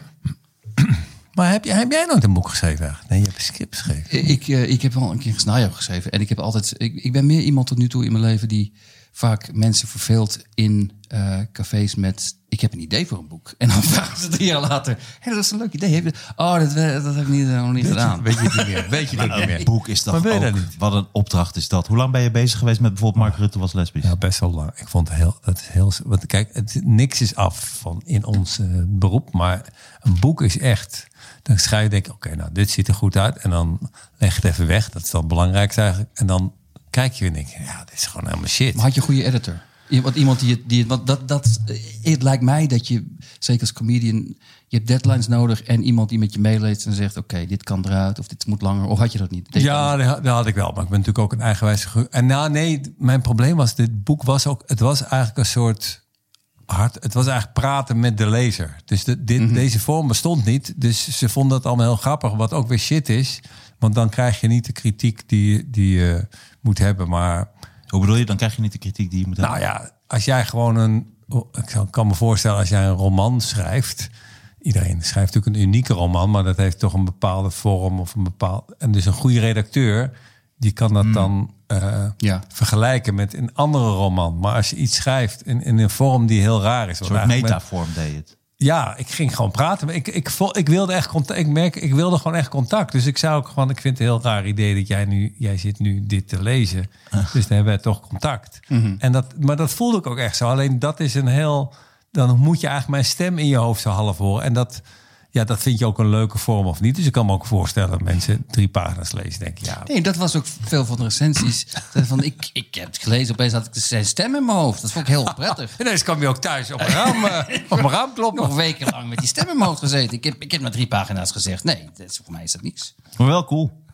B: Maar heb, jij, heb jij nooit een boek geschreven eigenlijk? Nee, je hebt een script geschreven.
D: Ik, uh, ik heb wel een keer een scenario geschreven. En ik heb altijd. Ik, ik ben meer iemand tot nu toe in mijn leven die vaak mensen verveelt in uh, cafés met. Ik heb een idee voor een boek. En dan vragen ze drie jaar later. Hé, dat is een leuk idee. Heb je, oh, dat, dat heb ik niet, uh, nog niet
B: Weet
D: gedaan.
B: je, weet je het niet meer? Weet je het niet
C: Een
B: meer?
C: boek is
B: Maar
C: toch
B: wil je
C: ook...
B: dat niet?
C: Wat een opdracht is dat. Hoe lang ben je bezig geweest met bijvoorbeeld Mark Rutte was lesbisch?
B: Ja, best wel lang. Ik vond het heel, dat is heel. Want kijk, het, niks is af van in ons uh, beroep, maar een boek is echt. Dan schrijf je, denk ik, oké, nou, dit ziet er goed uit, en dan leg je het even weg. Dat is dan het belangrijkste eigenlijk. En dan kijk je en denk je, ja, dit is gewoon helemaal shit.
D: Maar had je een goede editor? Iemand, iemand die het. Die het want dat, dat, het lijkt mij dat je, zeker als comedian, je hebt deadlines nodig en iemand die met je meeleest en zegt: oké, dit kan eruit of dit moet langer. Of had je dat niet? Deed je dat
B: Ja,
D: niet?
B: dat dat had ik wel. Maar ik ben natuurlijk ook een eigenwijze. ge- En nou, nee, mijn probleem was, dit boek was ook, het was eigenlijk een soort hard. Het was eigenlijk praten met de lezer. Dus de, dit,
D: Mhm.
B: deze vorm bestond niet. Dus ze vonden dat allemaal heel grappig, wat ook weer shit is. Want dan krijg je niet de kritiek die, die je moet hebben. Maar
C: Hoe bedoel je? Dan krijg je niet de kritiek die je moet
B: nou
C: hebben.
B: ja, als jij gewoon een... Ik kan- kan me voorstellen, als jij een roman schrijft. Iedereen schrijft natuurlijk een unieke roman, maar dat heeft toch een bepaalde vorm of een bepaald. En dus een goede redacteur, die kan dat dan uh,
D: Ja.
B: vergelijken met een andere roman. Maar als je iets schrijft in, in een vorm die heel raar is.
C: Een
B: wat
C: soort
B: eigenlijk met-
C: metavorm deed je het.
B: Ja, ik ging gewoon praten. Ik, ik, vol- ik wilde echt contact. Ik merk, ik wilde gewoon echt contact. Dus ik zou ook gewoon. Ik vind het een heel raar idee dat jij nu. Jij zit nu dit te lezen. Dus dan hebben we toch contact. En dat, maar dat voelde ik ook echt zo. Alleen dat is een heel. Dan moet je eigenlijk mijn stem in je hoofd zo half horen. En dat. Ja, dat vind je ook een leuke vorm of niet. Dus ik kan me ook voorstellen dat mensen drie pagina's lezen. Denk ik, ja.
D: Nee, dat was ook veel van de recensies. Van, ik, ik heb het gelezen, opeens had ik zijn stem in mijn hoofd. Dat vond ik heel prettig.
B: Ineens kwam je ook thuis op mijn raam, uh, op mijn raam kloppen.
D: Nog wekenlang met die stem in mijn hoofd gezeten. Ik heb, ik heb maar drie pagina's gezegd. Nee, dat is, voor mij is dat niks.
C: Maar wel cool.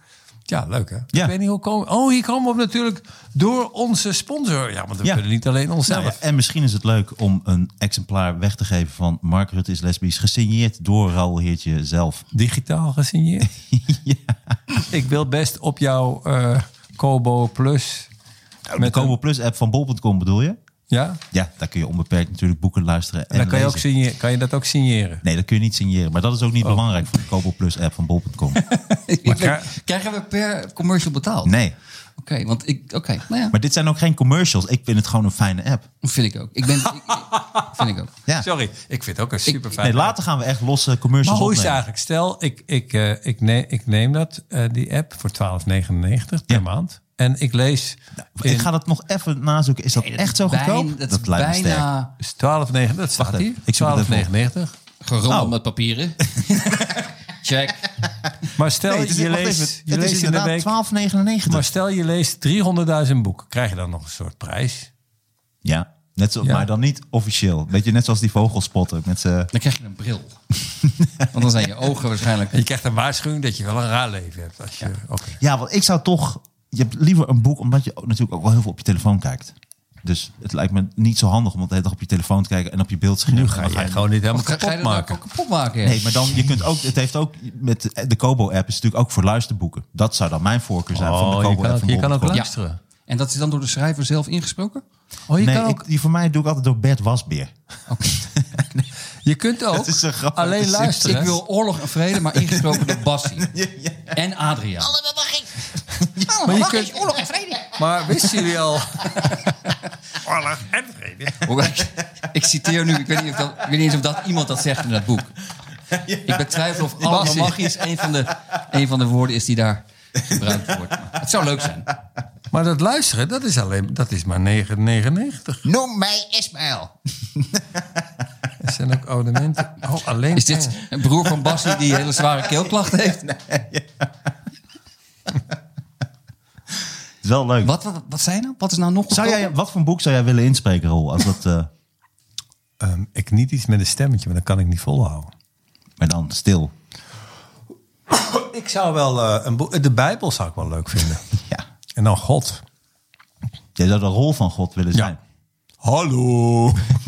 B: Ja, leuk hè?
C: Ja.
B: Ik weet niet hoe komen. Oh, hier komen we op natuurlijk door onze sponsor. Ja, want we
C: Ja.
B: kunnen niet alleen onszelf.
C: Nou ja, en misschien is het leuk om een exemplaar weg te geven van Mark Rutte is lesbisch, gesigneerd door Raoul Heertje zelf.
B: Digitaal gesigneerd.
C: Ja.
B: Ik wil best op jouw uh, Kobo Plus.
C: De Kobo Plus app van bol punt com bedoel je?
B: Ja?
C: Ja, daar kun je onbeperkt natuurlijk boeken luisteren en,
B: En dan kan je, ook
C: lezen.
B: signeren, kan je dat ook signeren.
C: Nee, dat kun je niet signeren. Maar dat is ook niet
B: Oh.
C: belangrijk voor de Kobo Plus app van bol punt com.
D: Ik
B: Maar
D: weet-
B: krijg-
D: krijgen we per commercial betaald?
C: Nee,
D: Oké, want ik... Oké, nou ja,
C: maar dit zijn ook geen commercials. Ik vind het gewoon een fijne app.
D: vind ik ook. Ik ben... ik, ik- vind ik ook.
C: Ja.
B: Sorry, ik vind het ook een super fijn.
C: Nee, later gaan we echt losse commercials
B: Maar hoe is het
C: opnemen.
B: eigenlijk? Stel, ik, ik, uh, ik, neem, ik neem dat, uh, die app, voor twaalf negenennegentig per
C: Ja.
B: maand. En ik lees...
C: Ik
B: in-
C: ga dat nog even nazoeken. Is dat
D: Nee, dat
C: echt
D: is
C: zo
D: bijna-
C: goedkoop?
D: Dat is
C: lijkt me sterk.
D: bijna
B: is twaalf negenennegentig, dat staat
C: Wacht
B: hier.
C: even, ik zoek het
B: twaalf
C: even op.
B: negenennegentig.
D: gerommeld
C: Oh.
D: met papieren. Check.
B: Maar stel,
C: Nee, het is,
B: je
C: wacht
B: leest,
C: even,
B: je
C: het is
B: leest in de
C: inderdaad
B: week...
C: twaalf negenennegentig.
B: Maar stel, je leest driehonderdduizend boeken. Krijg je dan nog een soort prijs?
C: Ja, net zo,
B: Ja.
C: maar dan niet officieel. Weet je, net zoals die vogelspotter met z'n...
D: Dan krijg je een bril. Want dan zijn je ogen waarschijnlijk...
B: En je krijgt een waarschuwing dat je wel een raar leven hebt. Als je, oké.
C: Ja, want ik zou toch... Je hebt liever een boek, omdat je ook natuurlijk ook wel heel veel op je telefoon kijkt. Dus het lijkt me niet zo handig om de hele dag op je telefoon te kijken en op je beeldscherm.
B: Nu
C: En
B: ga
C: dan
B: je gewoon niet helemaal
D: Of ga, ga je
B: kapot
D: dat
B: maken.
D: ook kapot maken? Ja.
C: Nee, maar dan, je kunt ook, het heeft ook met de Kobo-app is natuurlijk ook voor luisterboeken. Dat zou dan mijn voorkeur zijn van de
B: Oh, je
C: Kobo-app
B: kan,
C: van
B: ook, je kan ook
C: bol punt com.
B: luisteren.
D: En dat is dan door de schrijver zelf ingesproken?
B: Oh, je,
C: Nee,
B: kan ook,
C: ik, die voor mij doe ik altijd door Bert Wasbeer.
B: je kunt ook
C: Het is een grap.
B: alleen
C: Het is-
B: luisteren.
D: Ik wil oorlog en vrede, maar ingesproken door Bassie. En Adriaan.
B: Maar, je kunt, maar wisten jullie al... Oorlog en vrede.
D: Hoor, ik, ik citeer nu, ik weet, niet of dat, ik weet niet eens of dat iemand dat zegt in dat boek. Ik betwijfel of allemaal
B: Bassie.
D: magisch een van, de, een van de woorden is die daar gebruikt wordt. Maar het zou leuk zijn.
B: Maar dat luisteren, dat is, alleen, dat is maar negen negenennegentig.
C: Noem mij Ismaël.
B: Er zijn ook abonnementen. Oh, alleen...
D: Is dit een broer van Bassie die hele zware keelklachten heeft?
C: Het is wel leuk.
D: Wat, wat, wat zijn nou? Wat is nou nog
C: Zou jij,
D: goedkoper?
C: wat voor een boek zou jij willen inspreken, Roel? Als dat, eh,
B: Um, ik niet iets met een stemmetje, maar dat kan ik niet volhouden.
C: maar dan stil.
B: Ik zou wel uh, een boek... De Bijbel zou ik wel leuk vinden.
C: Ja.
B: En dan God.
C: Jij zou de rol van God willen zijn.
B: Hallo.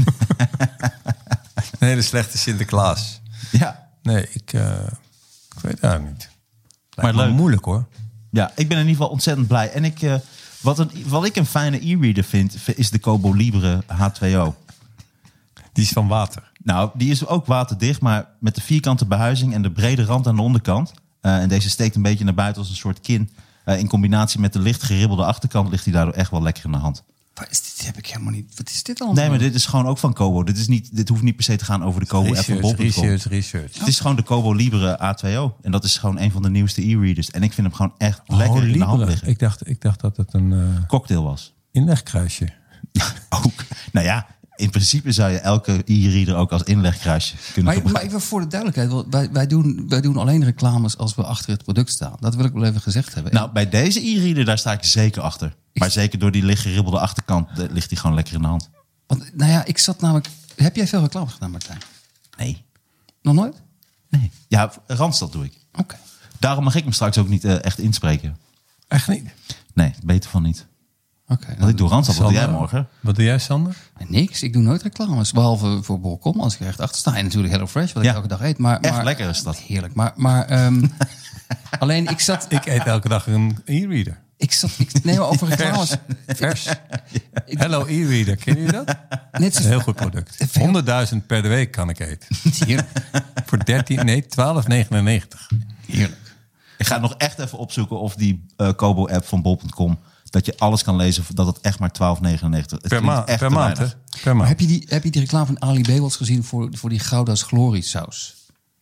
B: Een hele slechte Sinterklaas.
C: Ja.
B: Nee, ik, uh, ik weet het niet. Lijkt
C: Maar
B: me
C: leuk.
B: moeilijk hoor.
C: Ja, ik ben in ieder geval ontzettend blij. En ik, uh, wat, een, wat ik een fijne e-reader vind, is de Kobo Libre H twee O.
B: Die is van water.
C: Nou, die is ook waterdicht, maar met de vierkante behuizing en de brede rand aan de onderkant. Uh, en deze steekt een beetje naar buiten als een soort kin. Uh, in combinatie met de licht geribbelde achterkant ligt hij daardoor echt wel lekker in de hand.
D: Wat is dit? Heb ik helemaal niet. Wat is dit allemaal?
C: Nee, maar dit is gewoon ook van Kobo. Dit, is niet, dit hoeft niet per se te gaan over de Kobo app van bol
B: Research,
C: punt com.
B: research, research.
C: Het is gewoon de Kobo Libre H twee O. En dat is gewoon een van de nieuwste e-readers. En ik vind hem gewoon echt lekker in de hand
B: Libre.
C: liggen.
B: Ik dacht, ik dacht dat het een uh,
C: Cocktail was.
B: inlegkruisje.
C: Ook. Nou ja, in principe zou je elke e-reader ook als inlegkruisje kunnen
D: Maar,
C: gebruiken.
D: maar even voor de duidelijkheid. want Wij, wij, doen, wij doen alleen reclames als we achter het product staan. Dat wil ik wel even gezegd hebben.
C: Nou, bij deze e-reader, daar sta ik zeker achter. Maar zeker door die licht geribbelde achterkant eh, ligt hij gewoon lekker in de hand.
D: Want, nou ja, ik zat namelijk... Heb jij veel reclames gedaan, Martijn?
C: Nee.
D: Nog nooit?
C: Nee. Ja, Randstad doe ik.
D: Oké.
C: Daarom mag ik hem straks ook niet uh, echt inspreken.
B: Echt niet.
C: Nee, beter van niet.
D: Oké.
C: Want ik doe Randstad, wat doe jij
B: Sander,
C: morgen?
B: Wat doe jij, Sander?
D: Niks. Ik doe nooit reclames. Behalve voor Bol.com, als ik er echt achter sta. En natuurlijk HelloFresh, wat ik
C: Ja.
D: elke dag eet. Maar,
C: Echt
D: maar,
C: lekker is dat.
D: Heerlijk. Maar, maar um, alleen ik zat...
B: Ik eet elke dag een e-reader.
D: Ik zat... Ik, nee, maar over reclames.
B: Vers. Vers. Hello e-reader, ken je dat?
D: Net zo,
B: Een heel goed product. honderdduizend per de week kan ik eten.
D: heerlijk.
B: Voor dertien, nee, twaalf negenennegentig.
D: Heerlijk.
C: Ik ga nog echt even opzoeken of die uh, Kobo-app van bol punt com... dat je alles kan lezen, dat het echt maar twaalf negenennegentig. Het
B: Per,
C: klinkt
B: ma-
C: echt
B: per
C: te
B: maand, hè?
C: weinig.
B: Per
D: Maar
B: maand.
D: heb je die, heb je die reclame van Ali B wel eens gezien voor, voor die Gouda's Glory saus?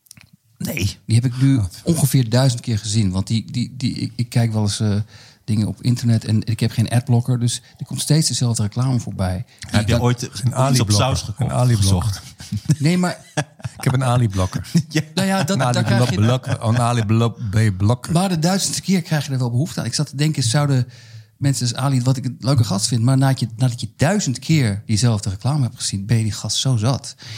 C: Nee.
D: Die heb ik nu ongeveer duizend keer gezien. Want die, die, die, ik, ik kijk wel eens uh, dingen op internet en ik heb geen adblocker. Dus er komt steeds dezelfde reclame voorbij.
C: Heb je
D: Dan-
C: ooit
B: Een
C: iets op
B: Ali-blokker.
C: saus gekocht?
B: Een Ali-blokker.
C: gezocht?
D: Nee, maar
B: Ik heb een Ali-blokker.
D: nou ja, dat,
B: Een
D: daar krijg je...
B: Ali-blokker. Een Ali-blokker.
D: Maar de duizendste keer krijg je er wel behoefte aan. Ik zat te denken, zouden mensen als Ali, wat ik een leuke gast vind... maar nadat je, nadat je duizend keer diezelfde reclame hebt gezien... ben je die gast zo zat.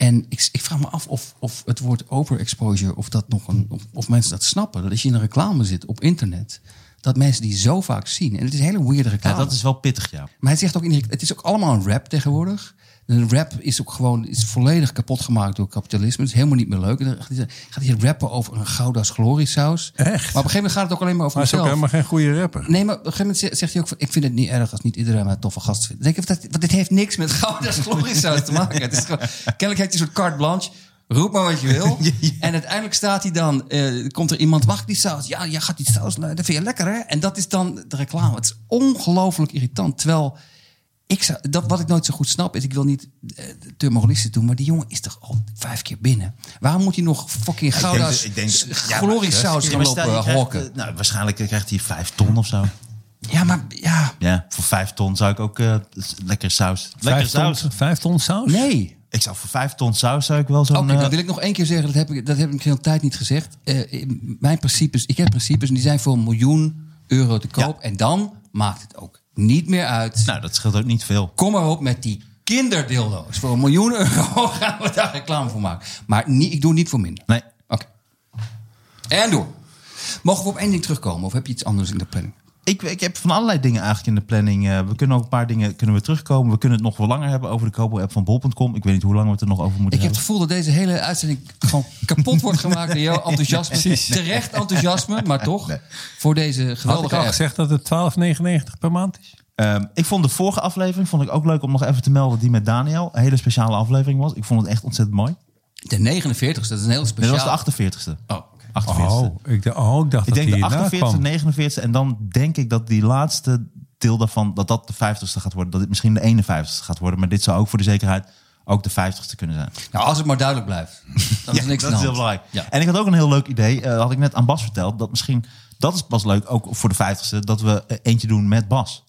D: En ik, ik vraag me af of, of het woord overexposure, of dat nog een, of, of mensen dat snappen. Dat als je in een reclame zit op internet, dat mensen die zo vaak zien. En het is een hele weirde reclame.
C: Ja, dat is wel pittig, ja.
D: Maar hij zegt ook, in, het is ook allemaal een rap tegenwoordig. Een rap is ook gewoon is volledig kapot gemaakt door kapitalisme. Het is helemaal niet meer leuk. En dan gaat hij, gaat hij rappen over een Gouda's gloriesaus.
B: Echt?
D: Maar op een gegeven moment gaat het ook alleen maar over
B: Maar hij is ook
D: hemzelf.
B: helemaal geen goede rapper.
D: Nee, maar op een gegeven moment zegt hij ook van, ik vind het niet erg als niet iedereen mij een toffe gast vindt. Dan denk ik, dat, want dit heeft niks met Gouda's gloriesaus te maken. Het is gewoon, kennelijk heeft hij een soort carte blanche. Roep maar wat je wil.
C: Ja, ja.
D: En uiteindelijk staat hij dan, uh, komt er iemand, mag ik die saus? Ja, jij gaat die saus, dat vind je lekker hè? En dat is dan de reclame. Het is ongelooflijk irritant. Terwijl, ik zou, dat, wat ik nooit zo goed snap is, ik wil niet uh, te moralistisch doen, maar die jongen is toch al vijf keer binnen. Waarom moet hij nog fucking Gouda's
C: ik denk, ik denk, ja,
D: gloriesaus gaan
C: maar stel,
D: lopen
C: je krijgt,
D: hokken?
C: uh, nou, waarschijnlijk krijgt hij vijf ton of zo.
D: Ja, maar ja.
C: Ja, voor vijf ton zou ik ook uh, lekker saus. Lekker
B: Vijf ton,
C: saus.
B: vijf ton saus?
D: Nee.
C: Ik zou voor vijf ton saus zou ik wel zo'n...
D: Oké, okay,
C: uh,
D: dan wil ik nog één keer zeggen, dat heb ik, dat heb ik de hele tijd niet gezegd. Uh, mijn principes, ik heb principes en die zijn voor een miljoen euro te koop.
C: Ja.
D: En dan maakt het ook niet meer uit.
C: Nou, dat scheelt ook niet veel.
D: Kom maar op met die kinderdildo's. Voor een miljoen euro gaan we daar reclame voor maken. Maar niet, ik doe niet voor minder.
C: Nee.
D: Oké. Okay. En door. Mogen we op één ding terugkomen? Of heb je iets anders in de planning?
C: Ik, ik heb van allerlei dingen eigenlijk in de planning. Uh, we kunnen ook een paar dingen kunnen we terugkomen. We kunnen het nog wel langer hebben over de Kobo-app van bol punt com. Ik weet niet hoe lang we het er nog over moeten
D: Ik heb
C: hebben.
D: het gevoel dat deze hele uitzending gewoon kapot wordt gemaakt door jouw enthousiasme.
B: Precies.
D: Terecht enthousiasme, maar toch.
C: Nee.
D: Voor deze
B: Had ik
D: geweldige
B: al
D: app.
B: gezegd dat het twaalf negenennegentig per maand is?
C: Um, ik vond de vorige aflevering vond ik ook leuk om nog even te melden. Die met Daniel. Een hele speciale aflevering was. Ik vond het echt ontzettend mooi.
D: De negenenveertigste, dat is een heel
C: Dit
D: speciaal.
C: was de achtenveertigste.
D: Oh, oké.
C: achtenveertigste.
B: Oh, ik dacht, oh, ik dacht
C: Ik
B: dat
C: denk
B: die
C: de
B: hierna
C: achtenveertigste,
B: kwam.
C: negenenveertigste. En dan denk ik dat die laatste deel daarvan, dat dat de vijftigste gaat worden. Dat dit misschien de eenenvijftigste gaat worden. Maar dit zou ook voor de zekerheid ook de vijftigste kunnen zijn.
D: Nou, als het maar duidelijk blijft. Dan is
C: Ja,
D: niks
C: dat
D: aan
C: is
D: de
C: heel
D: hand.
C: belangrijk.
D: Ja.
C: En ik had ook een heel leuk idee. Uh, had ik net aan Bas verteld. Dat misschien, dat is pas leuk, ook voor de vijftigste. Dat we uh, eentje doen met Bas.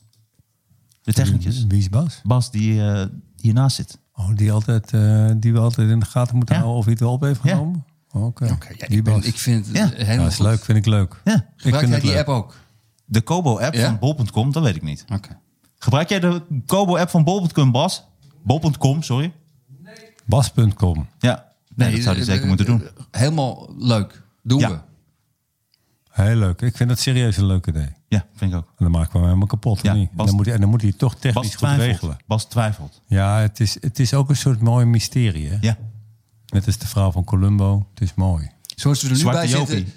C: De technicus.
B: Wie is Bas?
C: Bas die uh, hiernaast zit.
B: Oh, die, altijd, uh, die we altijd in de gaten moeten
C: Ja.
B: houden of hij het wel op heeft
C: Ja.
B: genomen? Oké. Okay.
D: Oké, ja, ik, ben, ik vind het
C: Ja.
D: helemaal
B: Ja, dat is
D: goed.
B: leuk, vind ik leuk.
C: Ja.
B: Ik
D: Gebruik
B: vind
D: jij
B: het
D: die
B: leuk.
D: app ook?
C: De Kobo-app
D: Ja?
C: van bol punt com, dat weet ik niet.
D: Oké.
C: Gebruik jij de Kobo-app van bol punt com, Bas? bol punt com, sorry.
B: Bas punt com.
C: Ja, nee, dat zou hij
D: eh,
C: zeker
D: eh,
C: moeten doen.
D: Helemaal leuk. Doen
C: Ja.
D: we.
B: Heel leuk. Ik vind dat serieus een leuk idee. En
C: Ja, vind ik ook.
B: dan maken we hem helemaal kapot. of
C: Ja,
B: niet?
C: Bas-
B: en, dan moet hij, en dan moet hij het toch
C: Bas
B: technisch goed
C: twijfelt.
B: regelen.
C: Bas twijfelt.
B: Ja, het is, het is ook een soort mooi mysterie. Hè?
C: Ja.
B: Net als de vrouw van Columbo. Het is mooi.
D: Zoals we er nu
C: Zwarte
D: bij zitten.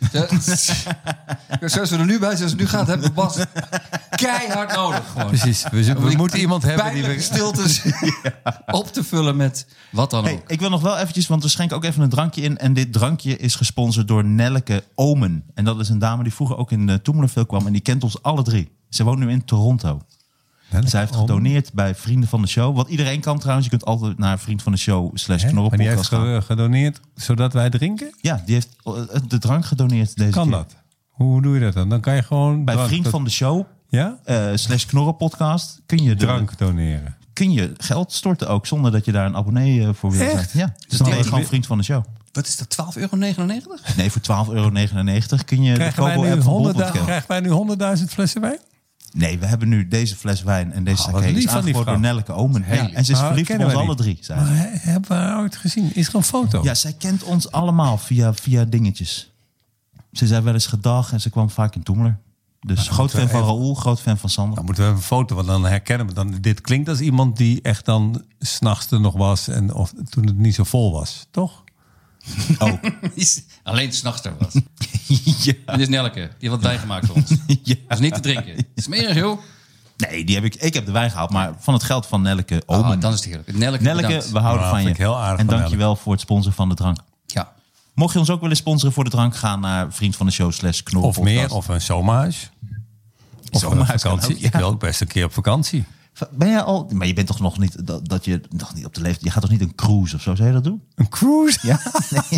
D: Zo- Zoals we er nu bij zitten, zoals het nu gaat, hebben we Bas keihard nodig. Gewoon.
B: Precies. We, we
D: Om die
B: moeten iemand hebben die
D: pijnlijke
B: we...
D: stiltes op te vullen met wat dan ook.
C: Hey, ik wil nog wel eventjes, want we schenken ook even een drankje in. En dit drankje is gesponsord door Nelleke Omen. En dat is een dame die vroeger ook in de Toemelenveel kwam. En die kent ons alle drie. Ze woont nu in Toronto. Zij heeft gedoneerd bij Vrienden van de Show. Wat iedereen kan trouwens. Je kunt altijd naar Vriend van de Show slash
B: Hè? Maar die heeft
C: knorrenpodcast gaan.
B: ge- gedoneerd zodat wij drinken?
C: Ja, die heeft uh, de drank gedoneerd deze
B: Kan
C: keer.
B: dat? Hoe doe je dat dan? Dan kan je gewoon...
C: Bij
B: drank-
C: Vriend van de Show
B: Ja?
C: uh, slash knorrenpodcast kun je, de,
B: Drank doneren.
C: kun je geld storten ook. Zonder dat je daar een abonnee uh, voor wil zijn.
B: Echt?
C: Ja, dus
B: Dus
C: dan
B: die-
C: ben je gewoon Vriend van de Show.
D: Wat is dat, twaalf euro negenennegentig?
C: Nee, voor twaalf euro negenennegentig kun je
B: Krijgen
C: de
B: wij, nu
C: Kobo-app van bol punt
B: honderdduizend,
C: com.
B: krijgen wij nu honderdduizend flessen wijn?
C: Nee, we hebben nu deze fles wijn en deze
B: Oh, wat
C: sake
B: lief
C: is
B: van die
C: aangeboden door
B: vrouw.
C: Nelleke Omen.
D: Heel
C: Ja,
D: lief.
C: en ze is
B: Maar
C: verliefd op
B: kennen
C: ons
B: wij
C: alle
B: niet.
C: drie. Zei ze.
B: Maar he- hebben we haar ooit gezien? Is er een foto?
C: Ja, zij kent ons allemaal via, via dingetjes. Ze zei wel eens gedag en ze kwam vaak in Toemler. Dus groot
B: moeten
C: fan
B: we
C: van
B: even-
C: Raoul, groot fan van Sander.
B: Dan moeten we even een foto, want dan herkennen we dan. Dit klinkt als iemand die echt dan 's nachts er nog was en of toen het niet zo vol was, toch?
C: Oh,
D: Alleen s'nachts er was.
C: ja.
D: Dit is Nelleke. Die heeft wat wijn gemaakt voor ons.
C: ja.
D: Dat is niet te drinken. Smerig, joh.
C: Nee, die heb ik, ik heb de wijn gehaald, maar van het geld van Nelleke Omen.
D: Ah, dan is het heerlijk. Nelleke,
C: Nelleke,
D: bedankt.
C: we houden
B: Ja,
C: van je.
B: vind ik heel aardig
C: en
B: van
C: dank je wel voor het sponsoren van de drank.
D: Ja.
C: Mocht je ons ook willen sponsoren voor de drank, ga naar Vriend van de Show slash
B: Of
C: knorrenpodcast.
B: meer, of een zomerhuis. Of
C: Zomerhuis
B: een vakantie.
C: kan ook, ja.
B: Ik wil ook best een keer op vakantie.
C: Ben jij al... Maar je bent toch nog niet... Dat, dat je nog niet op de leeftijd... Je gaat toch niet een cruise of zo? Zou je dat doen?
B: Een cruise?
C: Ja? Nee,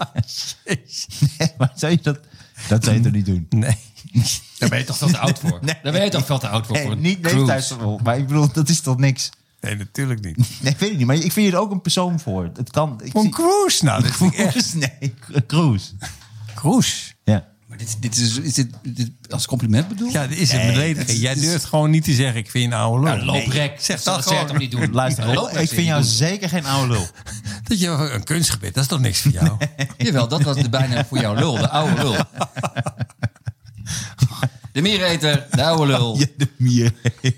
C: nee, maar zou je dat... Dat zou je toch niet doen?
B: Nee.
D: Daar ben je toch veel te oud voor?
C: Nee.
D: Daar ben je toch veel te oud voor?
C: Nee,
D: voor een
C: niet
D: cruise.
C: leeftijdsverschil. Maar ik bedoel, dat is toch niks?
B: Nee, natuurlijk niet.
C: Nee, ik weet het niet. Maar ik vind je er ook een persoon voor. Het kan... Ik
B: Een
C: zie-
B: cruise? Nou, dat vind ik echt...
C: Cruise? Nee, cruise.
B: Cruise?
C: Ja.
D: Maar dit, dit is, is dit, dit als compliment bedoeld?
B: Ja, dit is een
C: Nee,
B: belediging.
D: het is-
B: Jij
D: het is-
B: durft gewoon niet te zeggen, ik vind je een oude lul.
D: Ja, looprek.
B: Zeg
D: dat
B: dat
D: zeg
B: gewoon.
D: toch niet doen.
C: Luister,
D: Ja,
C: Roel,
D: looprek
C: ik
D: zeg
C: vind
D: je
C: jou
D: niet
C: zeker geen oude lul.
B: Dat je een kunstgebied, dat is toch niks voor jou?
D: doen. Jawel, dat was de bijnaam voor jouw lul. De oude lul. De miereter, de oude lul.
C: Ja, de mier.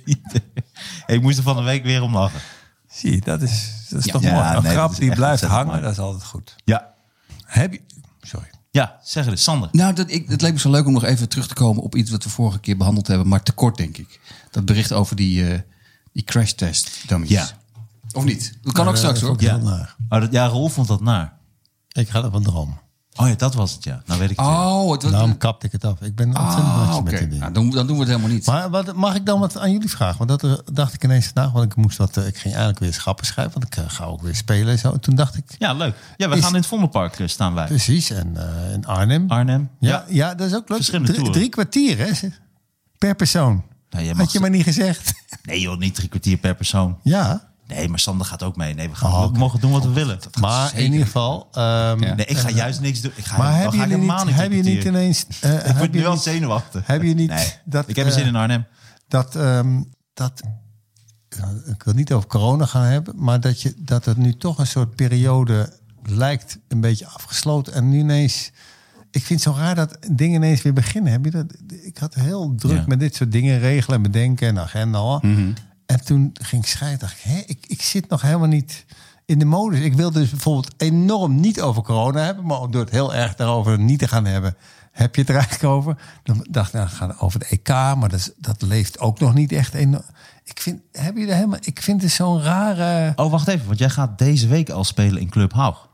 C: Ik moest er van de week weer om lachen.
B: Zie je, dat is, dat is
D: Ja.
B: toch
C: Ja,
B: mooi. Een
C: nee,
B: grap
C: dat is
B: die
C: echt
B: blijft
C: ontzettend
B: hangen,
C: mooi.
B: dat is altijd goed.
C: Ja,
B: Heb je... Sorry.
C: ja zeg het eens, Sander.
D: Nou, dat, ik, het leek me zo leuk om nog even terug te komen op iets wat we vorige keer behandeld hebben, maar te kort, denk ik. Dat bericht over die, uh, die crash test dummies.
C: Ja.
D: Of niet? Dat kan ook
B: Ja,
D: straks
B: dat
D: hoor.
B: is ook
C: Ja,
B: heel naar.
C: oh, dat, ja Roel vond dat naar.
B: Ik ga ervan dromen.
C: Oh ja, dat was het, ja. Nou weet ik het weer.
D: Oh, het was...
B: Daarom kapte ik het af. Ik ben ontzettend
D: Ah,
B: blij
D: oké.
B: met die dingen.
D: Nou, dan, dan doen we het helemaal niet.
B: Maar wat, mag ik dan wat aan jullie vragen? Want dat er, dacht ik ineens vandaag. Want ik moest wat. eh, Ik ging eigenlijk weer schappen schrijven. Want ik eh, ga ook weer spelen en zo. En toen dacht ik.
C: Ja, leuk. Ja, we
B: Is-
C: gaan in het Vondelpark eh, staan wij.
B: Precies. En eh, in Arnhem.
C: Arnhem.
B: Ja, ja, dat is ook leuk.
C: Verschillende
B: Drie,
C: toeren.
B: drie kwartier, hè? Per persoon.
C: Nou, jij mag
B: Had je
C: ze-
B: maar niet gezegd.
C: Nee joh, niet drie kwartier per persoon.
B: Ja.
C: Nee, maar Sander gaat ook mee. Nee, we, gaan,
B: Oh,
C: we
B: oké.
C: mogen doen wat we willen.
B: Maar
D: zeker.
B: in ieder geval. ehm,
D: Ja.
C: Nee, ik ga juist niks doen. Ik ga,
B: Maar
C: dan
B: hebben
C: ga ik
B: jullie niet,
C: helemaal niet
B: heb je
C: drie
B: niet
C: kwartier.
B: ineens. eh,
C: Ik
B: heb
C: word
B: je
C: nu al
B: niet-
C: zenuwachtig.
B: Heb je niet.
C: Nee,
B: dat,
C: ik heb er zin
B: eh,
C: in Arnhem.
B: Dat, ehm, dat ik wil niet over corona gaan hebben, maar dat, je, dat het nu toch een soort periode lijkt een beetje afgesloten. En nu ineens, ik vind het zo raar dat dingen ineens weer beginnen. Heb je dat? Ik had heel druk
C: Ja.
B: met dit soort dingen regelen en bedenken en agenda. Al.
C: Mhm.
B: En toen ging ik schrijven, dacht ik, hé, ik, ik zit nog helemaal niet in de modus. Ik wil dus bijvoorbeeld enorm niet over corona hebben, maar door het heel erg daarover niet te gaan hebben, heb je het er eigenlijk over. Dan dacht ik, nou, het gaat over de E K, maar dat, is- dat leeft ook nog niet echt enorm. Ik vind, heb je er helemaal, ik vind het zo'n rare.
C: Oh, wacht even. Want jij gaat deze week al spelen in Club Haug.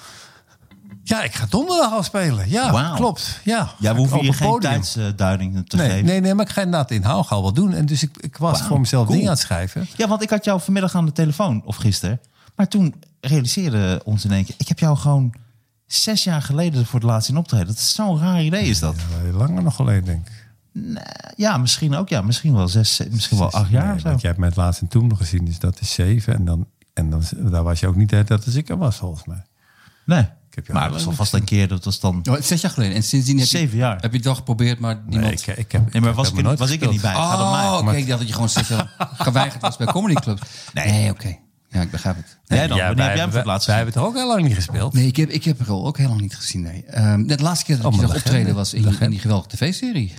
B: Ja, ik ga donderdag al spelen. Ja,
C: Wauw.
B: klopt. Ja,
C: Ja,
B: Ga
C: we hoeven
B: ik
C: hier
B: op het
C: geen
B: podium.
C: tijdsduiding te
B: Nee,
C: geven.
B: nee, nee, maar ik ga inderdaad in Haug al wel doen. En dus ik, ik was
C: Wauw,
B: voor mezelf
C: cool.
B: dingen aan het schrijven.
C: Ja, want ik had jou vanmiddag aan de telefoon, of gisteren. Maar toen realiseerde ons in één keer... Ik heb jou gewoon zes jaar geleden voor het laatst in optreden. Dat is zo'n raar idee, is dat?
B: Ja, langer nog geleden, denk ik.
C: Ja, misschien ook. Ja, misschien wel zes, misschien wel acht jaar
B: Nee,
C: of zo.
B: want jij hebt mij het laatst in Toen nog gezien, dus dat is zeven. En, dan, en dan, daar was je ook niet de hele tijd als ik er was, volgens mij.
C: Nee,
B: heb jou
C: maar
B: wel
C: het was
B: eens
C: vast een keer. Dat was dan...
D: Oh, zes jaar geleden. En sindsdien heb je,
C: Zeven jaar.
D: heb je het wel geprobeerd, maar niemand...
B: Nee, ik, ik heb,
C: Nee, maar was,
B: heb
C: ik er,
B: nooit
C: was ik er niet bij? Het gaat om mij.
D: Oh, oké.
B: Maar-
D: Ik dacht dat je gewoon zes jaar geweigerd was bij comedy clubs. Nee, oké. Ja, ik begrijp het.
C: Jij dan?
B: Ja,
C: Wanneer
B: wij,
C: heb jij hem voor het
B: wij,
C: laatst
B: wij
C: gezien?
B: hebben het er ook heel lang niet gespeeld.
D: Nee, ik heb, ik heb er al ook helemaal niet gezien. Nee. Um, de laatste keer dat
B: Oh,
D: ik je
B: maar
D: zag
B: legende.
D: optreden was in, in die geweldige tv-serie.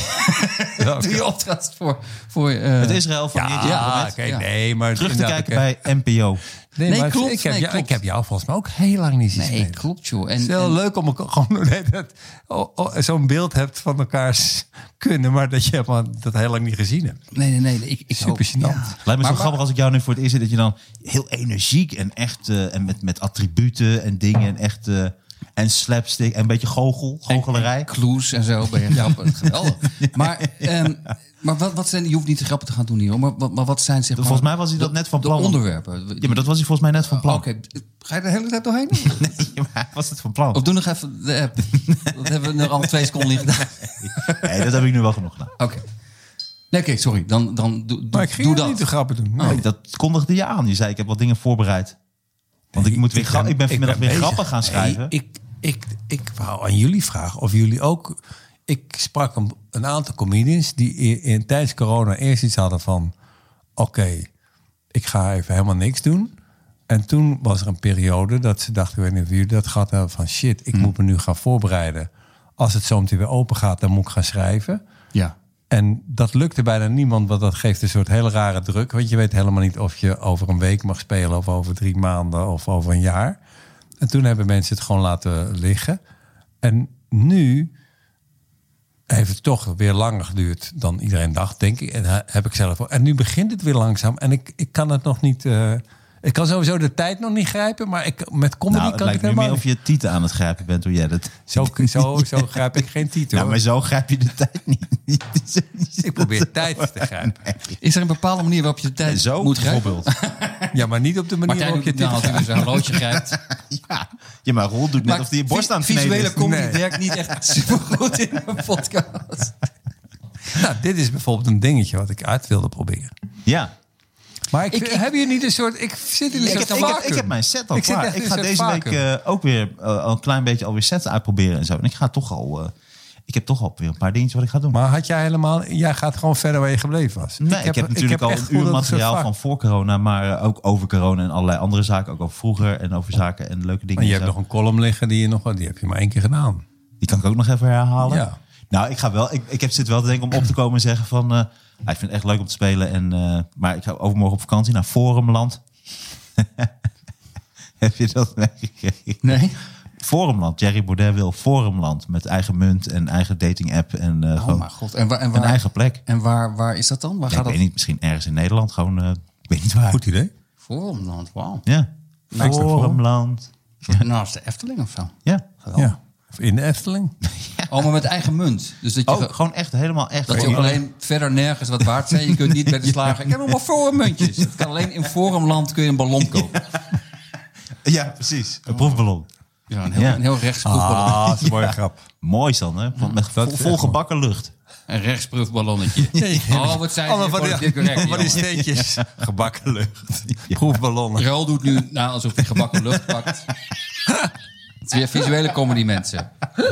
B: Ja,
D: Toen je optrad voor... voor uh,
C: Het Israël van Jeetje
B: ja,
C: Mohammed.
B: oké,
D: Ja.
B: nee, maar
C: Terug te
B: inderdaad,
C: kijken
B: ik-
C: bij N P O.
B: Nee,
D: Nee,
B: maar
D: klopt,
B: Ik heb,
D: nee,
B: jou,
D: klopt.
B: ik heb jou volgens mij ook heel lang niet zien
D: nee,
B: spelen.
D: klopt joh. En,
B: Het is heel
D: en-
B: leuk om ook gewoon nee, dat, oh, oh, zo'n beeld hebt van elkaars kunnen, maar dat je helemaal dat heel lang niet gezien hebt.
D: Nee, nee, nee. Ik, ik
B: Super
D: hoop-
B: gênant.
C: Lijkt me
D: Maar-
C: zo grappig als ik jou nu voor het eerst zie... dat je dan heel energiek en echt... eh, en met, met attributen en dingen en echt... eh, en slapstick en een beetje goochel, goochelerij.
D: Kloes en zo. Ben je grappig. Geweldig. Maar, ehm, maar wat, wat zijn... Je hoeft niet te grappen te gaan doen hier. hoor. Maar, wat- maar wat zijn zeg maar...
C: Volgens mij was hij dat
D: de-
C: net van
D: de
C: plan.
D: onderwerpen.
C: Ja, maar dat was hij volgens mij net van plan.
D: Oké. Ga je de hele tijd doorheen?
C: Nee, maar hij was het van plan.
D: Of doe nog even de app. Dat hebben we nog al twee seconden niet gedaan.
C: Nee, dat heb ik nu wel genoeg gedaan.
D: Oké. Nee, oké, sorry. Dan, dan doe, doe,
B: Maar ik ging
D: doe
B: er
D: dat.
B: niet de grappen doen. Nee.
C: Nee, dat kondigde je aan. Je zei, ik heb wat dingen voorbereid. Want ik, moet weer
B: Ik
C: gra-
B: ben-
C: ik ben
B: ik
C: vanmiddag
B: ben
C: weer
B: bezig.
C: grappen gaan schrijven.
B: Nee, ik, ik, ik wou aan jullie vragen of jullie ook... Ik sprak een, een aantal comedians die in, in, tijdens corona eerst iets hadden van... Oké, ik ga even helemaal niks doen. En toen was er een periode dat ze dachten... Ik weet niet of jullie dat gehad hebben van... Shit, ik moet me nu gaan voorbereiden. Als het zo meteen weer open gaat, dan moet ik gaan schrijven.
D: Ja.
B: En dat lukte bijna niemand, want dat geeft een soort hele rare druk. Want je weet helemaal niet of je over een week mag spelen... of over drie maanden of over een jaar. En toen hebben mensen het gewoon laten liggen. En nu heeft het toch weer langer geduurd dan iedereen dacht, denk ik. En he- heb ik zelf ook. En nu begint het weer langzaam. En ik, ik kan het nog niet... uh, ik kan sowieso de tijd nog niet grijpen, maar ik, met comedy
C: Nou, het
B: kan ik
C: lijkt
B: het
C: nu
B: helemaal
C: meer of je tieten aan het grijpen bent hoe jij dat...
B: Zo, zo, zo grijp ik geen titel.
C: Ja, maar zo grijp je de tijd niet.
B: Ik probeer tijd te grijpen.
D: Is er een bepaalde manier waarop je de tijd
C: Zo
D: moet grijpen?
C: bijvoorbeeld.
B: Ja, maar niet op de manier
D: Martijn
B: waarop je
D: doet nou
B: titel
D: altijd weer zo'n horloge grijpt.
C: Ja. ja, maar Roel doet net of hij je borst aan het kneden
D: visuele
C: is.
D: comedy
B: Nee.
D: werkt niet echt supergoed in een podcast.
B: Nou, dit is bijvoorbeeld een dingetje wat ik uit wilde proberen.
C: Ja.
B: Maar ik,
D: Ik- ik-
B: heb je niet een soort... Ik zit in een
C: Ik
B: soort
C: heb, ik, heb,
B: vacuüm.
C: ik heb mijn set al
B: Ik zit
C: klaar.
B: echt in
C: Ik
B: een
C: ga
B: soort
C: deze week
B: vacuüm.
C: eh, ook weer uh, al een klein beetje alweer sets uitproberen en zo. En ik ga toch al... Uh, ik heb toch al weer een paar dingetjes wat ik ga doen.
B: Maar had jij helemaal... Jij gaat gewoon verder waar je gebleven was.
C: Nee, ik heb, ik heb natuurlijk ik heb al een uur materiaal van voor corona, maar ook over corona en allerlei andere zaken. Ook over vroeger en over zaken en leuke dingen.
B: Maar je hebt nog een column liggen die je nog... Die heb je maar één keer gedaan.
C: Die kan ik ook nog even herhalen.
B: Ja.
C: Nou, ik ga wel. Ik, ik heb zit wel te denken om op te komen en zeggen van... Uh, ik vind het echt leuk om te spelen. En, uh, maar ik ga overmorgen op vakantie naar Forumland. Heb je dat meegekregen?
D: Nee.
C: Forumland. Thierry Baudet wil Forumland. Met eigen munt en eigen dating app. En uh,
D: Oh
C: gewoon
D: mijn god. En waar, en waar,
C: een eigen plek.
D: En waar, waar is dat dan? Waar
C: Ja,
D: gaat
C: ik
D: dat?
C: weet niet. Misschien ergens in Nederland. Gewoon, uh, ik weet niet waar.
B: Goed idee.
D: Forumland, wauw.
C: Ja. Forumland. Ja.
D: Naast de Efteling of zo.
C: Ja.
B: Ja. Of in de Efteling.
D: Oh, maar met eigen munt. Dus dat je,
C: Ook gewoon echt helemaal echt.
D: dat je ook alleen verder nergens wat waard zijn. Je kunt niet bij de slager. Ik heb nog maar forummuntjes. Het kan alleen in Forumland kun je een ballon kopen.
C: Ja, precies. Een proefballon.
D: Ja, een heel,
C: Ja.
D: een heel rechtsproefballon.
B: Ah, dat is een mooie grap.
C: Mooi dan, hè? Van, met vol,
B: Dat is
C: vol
B: echt
C: gebakken lucht.
D: Een rechtsproefballonnetje. Oh, wat zijn
B: Allemaal
D: ze
B: van die,
D: politiek correct,
B: van die
D: jongen.
B: steentjes. Gebakken lucht. Proefballonnen.
D: Rol doet nu nou, alsof hij gebakken lucht pakt. Het is weer visuele comedy, mensen.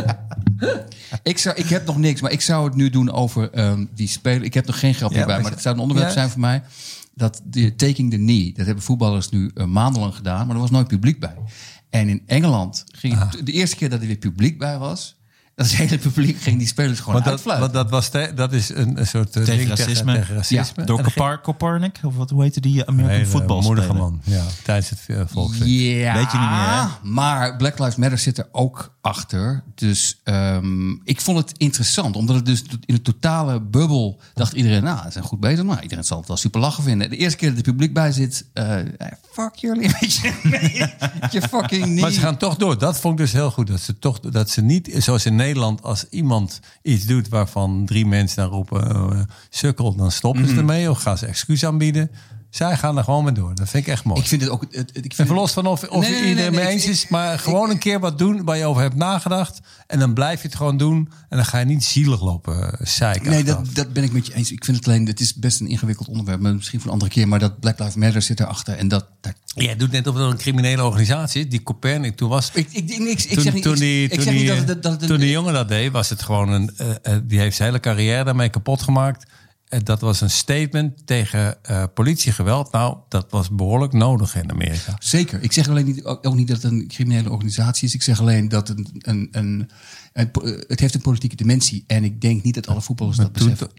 D: Ik, zou, ik heb nog niks, maar ik zou het nu doen over um, die spelen. Ik heb nog geen grapje
B: Ja,
D: bij,
B: maar
D: maar het zou een onderwerp
B: ja.
D: zijn voor mij. Dat de taking the knee, dat hebben voetballers nu uh, maandenlang gedaan, maar er was nooit publiek bij. En in Engeland ging
B: Ah.
D: het, de eerste keer dat er weer publiek bij was, dat het hele publiek ging die spelers gewoon
B: Want dat,
D: uitfluiten.
B: want dat, was te- dat is een, een soort... uh,
C: Tegen
B: ding
C: racisme.
B: Tegen, tegen racisme.
C: Door
B: En dat ging-
C: Kopar, Koparnik, of wat, hoe heette die American
B: Hele
C: football
B: moedige
C: speler?
B: man. Ja, tijdens het uh, volkslied.
D: Ja,
C: Weet je niet meer, hè?
D: maar Black Lives Matter zit er ook achter. Dus um, ik vond het interessant. Omdat het dus in de totale bubbel dacht iedereen... nou, ze zijn goed bezig. Maar iedereen zal het wel super lachen vinden. De eerste keer dat het publiek bij zit... Uh, fuck jullie, weet je. Met je fucking niet.
B: Maar ze gaan toch door. Dat vond ik dus heel goed. Dat ze toch dat ze niet, zoals in Nederland, als iemand iets doet waarvan drie mensen dan roepen, uh, sukkel, dan stoppen
D: Mhm.
B: ze ermee of gaan ze excuus aanbieden. Zij gaan er gewoon mee door. Dat vind ik echt mooi.
D: Ik vind het ook... Het, het, ik vind
B: En verlos van of, of
D: Nee, nee, nee,
B: iedereen
D: nee,
B: mee
D: nee,
B: eens
D: ik-
B: is, maar
D: ik-
B: gewoon
D: ik-
B: een keer wat doen waar je over hebt nagedacht. En dan blijf je het gewoon doen. En dan ga je niet zielig lopen uh, zeiken.
D: Nee,
B: achteraf.
D: dat, dat ben ik met je eens. Ik vind het alleen, het is best een ingewikkeld onderwerp. Maar misschien voor een andere keer. Maar dat Black Lives Matter zit erachter. En dat... dat
B: Jij doet net of het een criminele organisatie is. Die Copernic, toen was...
D: ik, ik, ik, ik, ik
B: Toen,
D: zeg niet,
B: toen
D: ik-
B: die,
D: ik
B: toen
D: zeg
B: die,
D: niet dat het... Dat het een-
B: toen die jongen dat deed, was het gewoon een... Uh, uh, die heeft zijn hele carrière daarmee kapot gemaakt. Uh, dat was een statement tegen uh, politiegeweld. Nou, dat was behoorlijk nodig in Amerika.
D: Zeker. Ik zeg alleen niet, ook ook niet dat het een criminele organisatie is. Ik zeg alleen dat een, een, een, een, het heeft een politieke dimensie. En ik denk niet dat alle voetballers dat
B: Toen-
D: beseffen.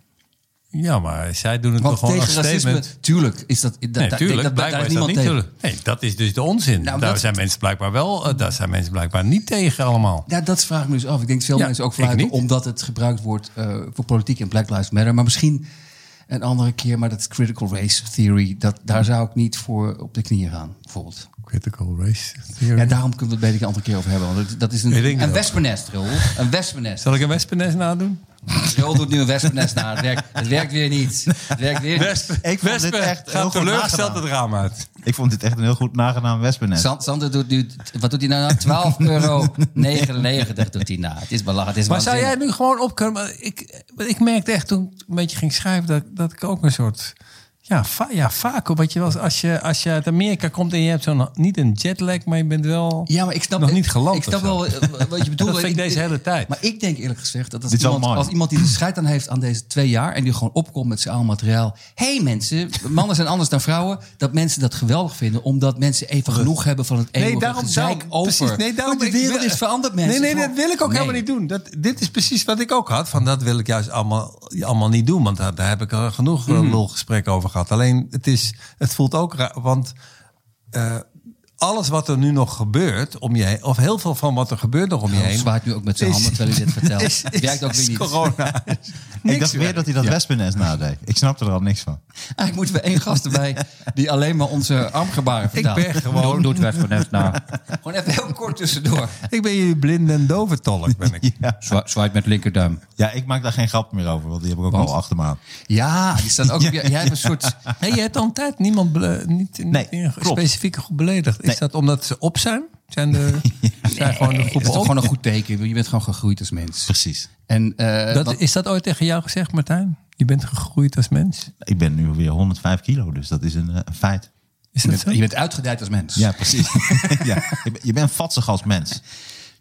B: Ja, maar zij doen het
D: Want
B: toch gewoon als
D: tegen racisme,
B: statement.
D: tuurlijk is dat... dat
B: Nee,
D: daar-
B: tuurlijk.
D: dat, daar
B: blijkbaar
D: is
B: is dat
D: niemand
B: niet
D: tegen.
B: tuurlijk. Nee, dat is dus de onzin.
D: Nou,
B: daar
D: dat-
B: zijn mensen blijkbaar wel... uh, daar zijn mensen blijkbaar niet tegen allemaal.
D: Ja, dat vraag ik me dus af. Ik denk dat veel
B: Ja,
D: mensen ook
B: ik
D: fluiten
B: niet.
D: omdat het gebruikt wordt uh, voor politiek en Black Lives Matter. Maar misschien een andere keer, maar dat is critical race theory. Dat, daar zou ik niet voor op de knieën gaan, bijvoorbeeld.
B: Critical race theory.
D: Ja, daarom kunnen we het beter een andere keer over hebben. Want dat, dat is
B: Ik denk
D: een,
B: het
D: een
B: ook.
D: wespennest, Rul. Een wespennest.
B: Zal ik een wespennest nadoen?
D: Rul doet nu een wespennest na. Het werkt, het werkt weer niet. Het werkt weer niet.
B: Wespen,
C: Ik vond dit
B: Wespen
C: echt heel
B: gaat
C: goed
B: teleurgesteld
C: nagedaan.
B: het raam uit.
C: Ik vond dit echt een heel goed nagedaan wespennest.
D: Sander Sander doet nu... Wat doet hij nou? nou? twaalf euro negenennegentig doet hij na. Het is belachelijk. Het is
B: Maar zou jij
D: waanzinnig.
B: nu gewoon op kunnen? Maar ik, ik merkte echt toen ik een beetje ging schrijven dat, dat ik ook een soort. Ja, va, ja vaak. Weet je wel, als je, als je uit Amerika komt en je hebt zo'n. Niet een jetlag, maar je bent wel.
D: Ja, maar ik snap,
B: nog niet geland
D: Ik snap
B: of zo.
D: wel eh, wat je bedoelt.
B: Dat vind ik
D: Ik-
B: deze hele tijd.
D: Maar ik denk eerlijk gezegd dat als
C: Dit is wel
D: iemand,
C: mooi.
D: als iemand die er scheid aan heeft aan deze twee jaar... en die gewoon opkomt met zijn oude materiaal... hé hey mensen, mannen zijn anders dan vrouwen... dat mensen dat geweldig vinden... omdat mensen even genoeg hebben van het eeuwige
B: Nee, daarom,
D: gezeik
B: daarom
D: over...
B: precies. Nee, daarom,
D: de
B: ik
D: wereld
B: wil-
D: is veranderd, mensen.
B: Nee, nee,
D: Gewoon-
B: dat wil ik ook
D: Nee.
B: helemaal niet doen. Dat, dit is precies wat ik ook had. Van dat wil ik juist allemaal, allemaal niet doen. Want daar, daar heb ik er genoeg
D: Mhm.
B: mm. lulgesprekken over gehad. Alleen, het, is, het voelt ook raar. Want uh, alles wat er nu nog gebeurt om je heen... of heel veel van wat er gebeurt nog om je
D: Hij
B: heen...
D: zwaait nu ook met zijn
B: is-
D: handen terwijl hij dit vertelt.
B: is-
D: Het werkt ook
B: is
D: weer niet.
B: corona.
C: Ik
B: Niks
C: dacht weer
B: werkt.
C: dat hij dat wespennest nadeed. Ik snapte er al niks van.
D: Eigenlijk moeten we één gast erbij... die alleen maar onze armgebaren vertaalt.
B: ben gewoon-
D: Doet wespennest nou. Gewoon even heel kort tussendoor.
B: Ik ben jullie blind en dove tolk, ben ik.
C: Ja.
D: Zwa- Zwaait met linkerduim.
C: ja, ik maak daar geen grap meer over. Want die heb ik ook
D: Want?
C: al achter me aan.
D: Ja, die staat ook... Jij hebt een soort...
B: Hey, je hebt al een tijd niemand bele- niet, niet
C: Nee,
B: in
C: klopt.
B: specifieke groep beledigd. Is
C: Nee.
B: dat omdat ze op zijn? Zijn, de, zijn gewoon de
D: Dat is
B: groepen
D: toch
B: op?
D: gewoon een goed teken. Je bent gewoon gegroeid als mens.
C: Precies.
D: En, uh,
B: Dat,
D: wat-
B: is dat ooit tegen jou gezegd, Martijn? Je bent gegroeid als mens.
C: Ik ben nu weer honderdvijf kilo. Dus dat is een, uh, een feit.
B: Is
D: je,
B: dat
D: bent,
B: zo?
D: je bent uitgedijd als mens.
C: Ja, precies. ja. je, ben- je bent vatsig als mens.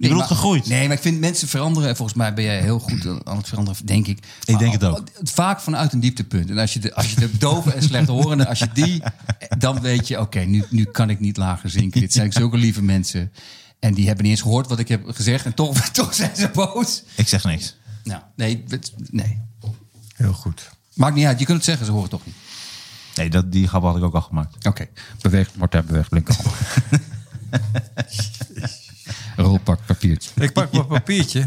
C: Je bedoelt
D: maar,
C: gegroeid.
D: Nee, maar ik vind mensen veranderen. En volgens mij ben jij heel goed aan het veranderen, denk ik.
C: Ik denk het ook.
D: Al, vaak vanuit een dieptepunt. En als je de, als je de dove en slechthorende, als je die... dan weet je, oké, okay, nu, nu kan ik niet lager zinken. Dit zijn zulke lieve mensen. En die hebben niet eens gehoord wat ik heb gezegd. En toch, toch zijn ze boos.
C: Ik zeg niks.
D: Nou, nee, nee.
B: Heel goed.
D: Maakt niet uit, je kunt het zeggen, ze horen toch niet.
C: Nee, dat, die grap had ik ook al gemaakt.
D: Oké, okay. beweeg, Martijn, beweeg, linkerhand. Rol, pak papiertje.
B: Ik pak mijn papiertje.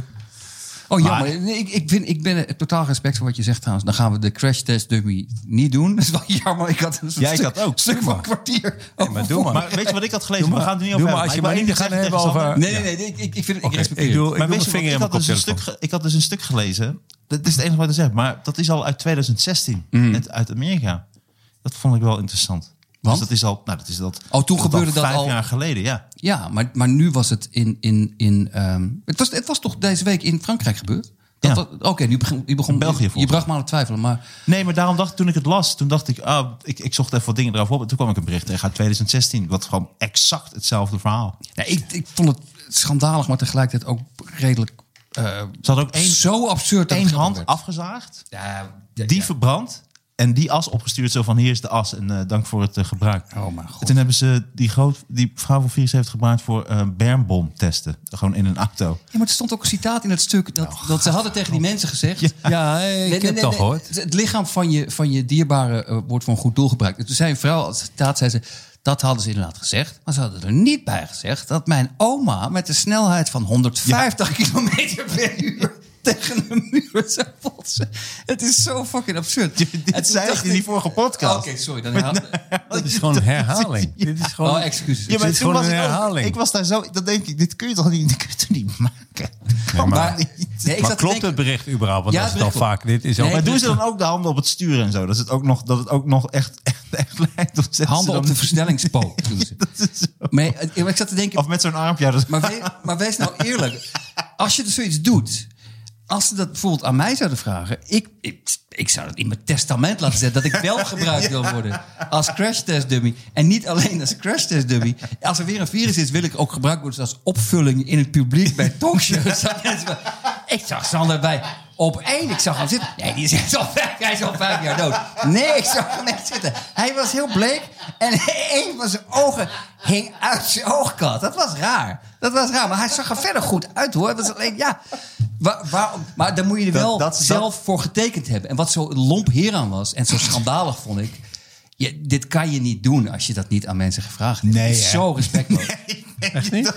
D: Oh jammer, nee, ik, ik, vind, ik ben er totaal respect voor wat je zegt trouwens. Dan gaan we de crash test dummy niet doen. Dat is wel jammer. Ik had een
C: ja, ik
D: stuk,
C: had ook.
D: stuk van een kwartier.
B: Ja, maar doe maar.
C: Maar weet je wat ik had gelezen?
B: Doe
C: We
B: maar.
C: gaan het er niet
B: Doe
C: over
B: maar
C: hebben.
B: als je
C: Maar
B: maar
C: ik
B: niet
C: wou
B: gaan
C: één
B: hebben
C: ding
B: over...
C: zeggen
D: Nee, nee, nee. Ik, ik, vind,
B: Okay,
D: ik respecteer
B: ik doe,
D: het.
B: ik
C: Maar
B: doe
C: weet
B: mijn
C: je wat,
B: vinger
C: ik
B: in
C: had,
B: mijn
C: dus een
B: koptelefoon.
C: stuk, ge- ik had dus een stuk gelezen. Dat is het enige wat ik zeg. Maar dat is al uit twintig zestien.
D: Mm.
C: Uit, uit Amerika. Dat vond ik wel interessant.
D: Want?
C: Dus dat is al... Nou, dat is dat,
D: Oh, toen
C: dat
D: gebeurde
C: al
D: dat
C: vijf
D: al-
C: jaar geleden, ja.
D: Ja, maar, maar nu was het in... in, in um, het, was, het was toch deze week in Frankrijk gebeurd?
C: Ja.
D: Oké, okay, nu begon, je begon...
C: België
D: je, je
C: volgens
D: bracht me aan het twijfelen, maar...
C: Nee, maar daarom dacht ik, toen ik het las, toen dacht ik, ah, ik, ik zocht even wat dingen erover op. En toen kwam ik een bericht tegen uit twintig zestien. Wat gewoon exact hetzelfde verhaal.
D: Nee, ik, ik vond het schandalig, maar tegelijkertijd ook redelijk... Uh,
C: Ze had ook één,
D: zo absurd dat
C: één
D: het
C: hand
D: werd.
C: afgezaagd,
D: Ja, ja,
C: die
D: ja.
C: verbrand en die as opgestuurd. Zo van, hier is de as en uh, dank voor het uh, gebruik.
D: Oh mijn god.
C: En toen hebben ze die, groot, die vrouw van vierenzeventig gebruikt voor uh, bermbomtesten. Gewoon in een auto.
D: Ja, maar er stond ook een citaat in het stuk dat, dat ze hadden tegen die mensen gezegd...
C: Ja.
B: Ja, ik
D: Nee, nee,
B: heb het
D: nee,
B: al
D: nee.
B: gehoord.
D: Het lichaam van je, van je dierbare uh, wordt voor een goed doel gebruikt. En toen zei een vrouw, als citaat zei ze... Dat hadden ze inderdaad gezegd. Maar ze hadden er niet bij gezegd dat mijn oma... met de snelheid van honderdvijftig kilometer per uur... tegen een muur zou botsen. Het is zo fucking absurd.
C: Dit
D: En toen
C: zei
D: dacht
C: ik in die vorige podcast.
D: Oké, sorry. Dan herhaal...
B: Dit is gewoon een herhaling. Dit is gewoon...
D: Oh, excuses.
C: Ja, maar
B: is
C: toen
B: gewoon
C: was
B: een
C: ik ook-
B: herhaling.
C: Ik was daar zo... Dan denk ik, dit kun je toch niet, dit kun je toch niet maken?
B: Nee, maar
D: Maar, nee, ik
B: maar
D: zat te
B: klopt
D: denken-
B: het bericht überhaupt? Want
D: Ja,
B: dat is
D: het
B: het al
D: bericht
B: vaak. Dit is ook...
D: Nee,
C: Maar doen ze dan ook de handen op het stuur en zo? Dat het ook nog, dat het ook nog echt, echt, echt lijkt op... zetten ze
D: Handen op
C: dan-
D: de versnellingspook doen ze.
C: Dat is zo.
D: Maar eh, ik zat te denken...
C: Of met zo'n armpje. Ja, dat is-
D: Maar, we, maar wees nou eerlijk. Als je dus zoiets doet... Als ze dat bijvoorbeeld aan mij zouden vragen... Ik, ik, ik zou het in mijn testament laten zetten... dat ik wel gebruikt wil worden als crash test dummy. En niet alleen als crash test dummy. Als er weer een virus is... wil ik ook gebruikt worden als opvulling... in het publiek bij talkshows. Ik zag Sander bij op één. Ik zag hem zitten. Nee, die is al vijf, hij is al vijf jaar dood. Nee, ik zag hem echt zitten. Hij was heel bleek. En een van zijn ogen hing uit zijn oogkat. Dat was raar. Dat was raar. Maar hij zag er verder goed uit, hoor. Het was alleen, ja... Waar, waar, maar daar moet je er
C: Dat-
D: wel
C: dat-
D: zelf voor getekend hebben. En wat zo lomp hieraan was... en zo schandalig vond ik... Je, dit kan je niet doen als je dat niet aan mensen gevraagd hebt.
C: Nee,
D: Het is
C: hè?
D: zo respectloos.
B: Echt niet?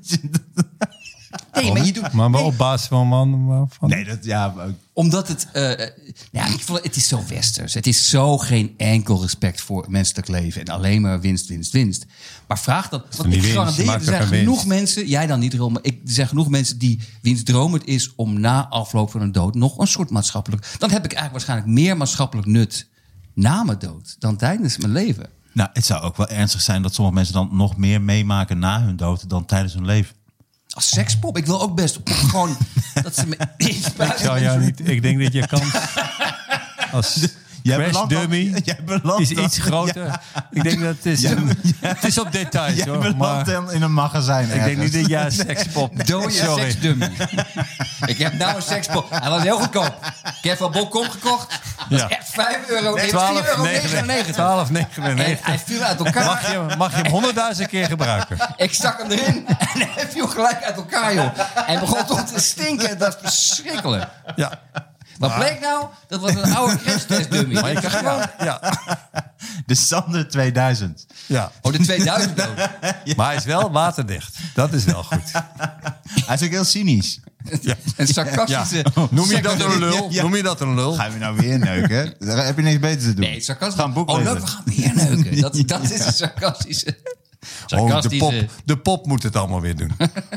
D: Nee, maar je doet...
B: Maar wel
D: nee,
B: op basis van... man, van
C: Nee, dat... Ja, maar-
D: Omdat het... eh, ja, ik vond, het is zo westers. Het is zo geen enkel respect voor menselijk leven. En alleen maar winst, winst, winst. Maar vraag dan... Want
B: niet
D: ik
B: winst,
D: garandeer,
B: je
D: er
B: maakt
D: zijn
B: toch geen
D: genoeg
B: winst?
D: mensen... Jij dan niet, Ron, maar ik, er zijn genoeg mensen die... wiens droom het is om na afloop van hun dood... nog een soort maatschappelijk... Dan heb ik eigenlijk waarschijnlijk meer maatschappelijk nut... na mijn dood dan tijdens mijn leven.
C: Nou, het zou ook wel ernstig zijn dat sommige mensen dan nog meer meemaken na hun dood dan tijdens hun leven.
D: Als sekspop. Ik wil ook best gewoon... dat ze me
B: Ik zou jou niet... Ik denk dat je kans... Als
C: Jij
B: crash
C: belandt dan-
B: dummy
C: jij belandt
B: is
C: dan-
B: iets groter.
C: Ja.
B: Ik denk dat het is...
C: Ja.
B: Het is op details,
C: Jij
B: hoor.
C: belandt
B: Maar
C: dan in een magazijn
B: ik denk
C: ergens.
B: niet dat jij een sekspop...
D: Dode
B: Sorry.
D: seksdummy. Ik heb nou een sekspop. Hij was heel goedkoop. Ik heb van Bol.com gekocht. Dat
B: Ja.
D: is echt vijf euro. Nee,
B: twaalf
D: vier euro negenennegentig.
B: twaalf
D: En
B: negenennegentig.
D: hij viel uit elkaar.
B: Mag je, mag je hem honderdduizend keer gebruiken?
D: Ik stak hem erin en hij viel gelijk uit elkaar, joh. En begon toch te stinken. Dat is verschrikkelijk.
B: Ja.
D: Wat bleek nou? Dat was een oude crashtest-dummy. Maar je kan gewoon...
B: Ja.
C: De Sander tweeduizend.
B: Ja.
D: Oh, de tweeduizend ook.
B: Maar hij is wel waterdicht. Dat is wel goed.
C: Hij is ook heel cynisch.
D: Een sarcastische...
B: Noem je dat een lul?
C: Ja.
B: Noem je dat een lul?
C: Ga je nou weer neuken? Daar heb je niks beter te doen.
D: Nee, sarcastisch.
C: Ga een boek
D: oh,
C: lezen.
D: leuk, we gaan weer neuken. Dat, dat is een sarcastische...
B: Oh, de,
D: sarcastische...
B: pop, de pop moet het allemaal weer doen.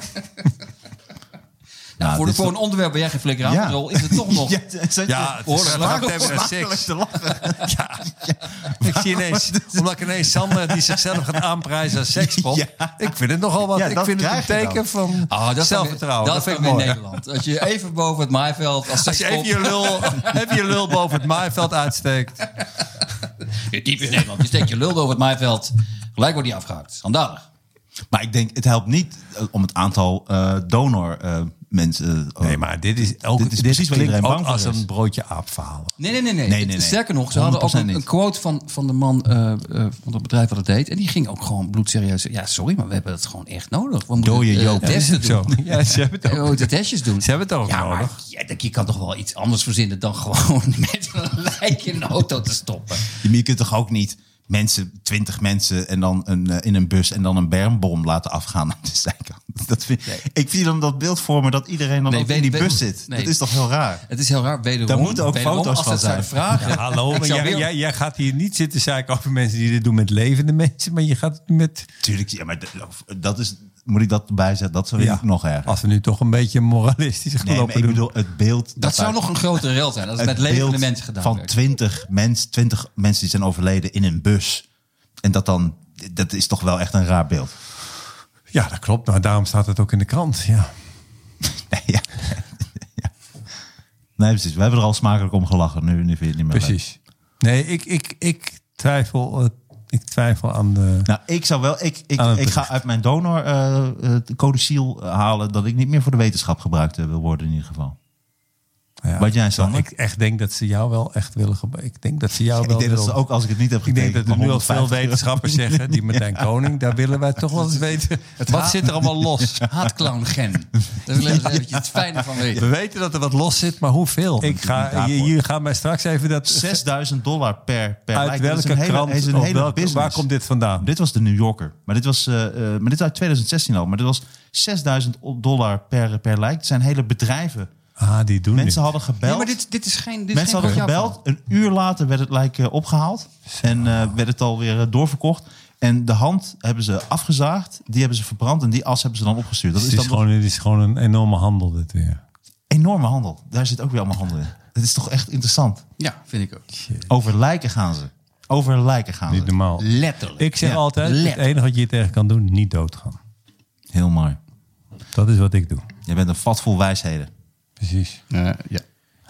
D: Nou, voor,
C: dit
D: voor
C: is-
D: een onderwerp waar jij geen flikker aan
C: Ja.
D: rol, is het toch nog...
C: Ja, zat je-
B: Ja, het
D: Behoorlijk
B: is
D: lachen.
B: maakt even naar
C: Makkelijk
B: seks.
C: te lachen.
B: Ja. Ik zie ineens, omdat ik ineens Sander die zichzelf gaat aanprijzen als sekspop.
C: Ja.
B: Ik vind het nogal wat.
C: Ja,
B: ik
C: dat
B: vind het een
C: krijg je
B: teken
C: dan.
B: van
D: Ah, dat is dan weer-
B: zelfvertrouwen. Dat,
D: Dat,
B: vind
D: vind
B: ik
D: in
B: mooi.
D: Nederland. Als je even boven het maaiveld als
B: Als je
D: sekspop...
B: even je, lul, even je lul boven het maaiveld uitsteekt.
D: Je typisch Nederland. Je steekt je lul over het maaiveld. Gelijk wordt die afgehaakt. Schandalig.
C: Maar ik denk, het helpt niet uh, om het aantal uh, donor uh, mensen... Uh,
B: Nee, maar dit is ook
C: dit is
B: dit
C: precies waar
B: klinkt
C: iedereen
B: ook
C: bang voor
B: als
C: is.
B: een broodje aap verhaal.
D: Nee, nee, nee. nee.
C: Nee, nee, nee.
D: Sterker nog, ze hadden ook een,
C: niet.
D: een quote van, van de man uh, uh, van het bedrijf wat het deed. En die ging ook gewoon bloedserieus. Ja, sorry, maar we hebben het gewoon echt nodig. We moeten
C: Dooie
D: uh,
C: Joop.
D: testen
B: Zo.
D: doen.
B: Ja, ze hebben het
D: We
B: ook.
D: moeten testjes doen.
B: Ze hebben het ook
D: ja,
B: nodig.
D: Maar, ja, je kan toch wel iets anders verzinnen dan gewoon met een lijk in een auto te stoppen.
C: Je, je kunt toch ook niet mensen, twintig mensen en dan een, uh, in een bus en dan een bermbom laten afgaan aan de zijkant. Dat vind,
D: Nee.
C: Ik zie dan dat beeld voor me dat iedereen dan
D: Nee,
C: ook
D: weet-
C: in die
D: weet-
C: bus zit.
D: nee.
C: Dat is toch heel raar?
D: Het is heel raar. Wederom,
C: Daar moeten ook
D: wederom,
C: foto's
D: als
C: van
D: dat zou
C: zijn.
D: vragen.
B: Ja, hallo,
D: Ik
B: maar
D: zou
B: jij,
D: weer-
B: jij, jij gaat hier niet zitten zeiken over mensen die dit doen met levende mensen, maar je gaat het met...
C: Tuurlijk, ja, maar dat- dat is, moet ik dat erbij zetten? Dat zou ik
B: Ja,
C: nog erger.
B: als we nu toch een beetje moralistisch gaan
C: Nee, maar
B: lopen
C: ik
B: doen.
C: bedoel, het beeld...
D: Dat zou
C: daar-
D: nog een grotere rel zijn. Als het met
C: het
D: levende
C: beeld
D: mensen gedaan
C: van
D: werd.
C: twintig mensen, twintig mensen die zijn overleden in een bus. En dat dan, dat is toch wel echt een raar beeld.
B: Ja, dat klopt. Maar daarom staat het ook in de krant. Ja.
C: Nee, ja. Ja. Nee, precies. We hebben er al smakelijk om gelachen. Nu, nu vind je het niet meer leuk.
B: Precies. Nee, ik, ik, ik, twijfel, uh, ik twijfel aan de...
C: Nou, ik zou wel... Ik, ik,
B: Aan het
C: ik ga
B: bericht.
C: uit mijn donor uh, uh, codiciel halen dat ik niet meer voor de wetenschap gebruikt uh, wil worden in ieder geval.
B: Ja,
C: Wat jij, Sander?
B: Ik echt denk dat ze jou wel echt willen gebruiken. Ik denk dat ze jou
C: Ik
B: wel
C: denk dat
B: willen-
C: ze ook als ik het niet heb
B: Ik
C: getekend...
B: denk dat er
C: maar
B: nu al veel
C: honderdvijftig euro-
B: wetenschappers zeggen, die Martijn Koning, daar willen wij toch wel eens weten. Wat zit er allemaal los?
D: Haatclown gen. Daar willen we eens eventjes het fijne van weten.
B: We weten dat er wat los zit, maar hoeveel? Ik ga, je, je gaat mij straks even dat...
C: zesduizend dollar per, per
B: Uit
C: lijk. Dat is
B: welke
C: een hele,
B: krant
C: is een
B: of
C: hele
B: welke-
C: business.
B: waar komt dit vandaan?
C: Dit was de New Yorker. Maar dit was, uh, uh, maar dit is uit twintig zestien al. Maar dit was zesduizend dollar per, per lijk. Het zijn hele bedrijven.
B: Ah, die doen
C: Mensen
B: dit.
C: hadden gebeld.
D: Nee, maar dit, dit is geen. Dit is
C: Mensen
D: geen
C: hadden
D: verhaal.
C: gebeld. Een uur later werd het lijk uh, opgehaald. En uh, werd het alweer uh, doorverkocht. En de hand hebben ze afgezaagd. Die hebben ze verbrand. En die as hebben ze dan opgestuurd. Dat
B: Het
C: is
B: is,
C: dan
B: gewoon, het is gewoon een enorme handel dit weer.
C: nog enorme handel. Daar zit ook weer allemaal handel in. Het is toch echt interessant.
D: Ja, vind ik ook.
C: Over lijken gaan ze. Over lijken gaan
B: Niet
C: ze.
B: normaal.
D: Letterlijk.
B: Ik zeg
C: Ja,
B: altijd, het
D: letterlijk.
B: enige wat je hier tegen kan doen, niet doodgaan.
C: Heel mooi.
B: Dat is wat ik doe.
C: Je bent een vat vol wijsheden.
B: Precies.
D: Uh, ja.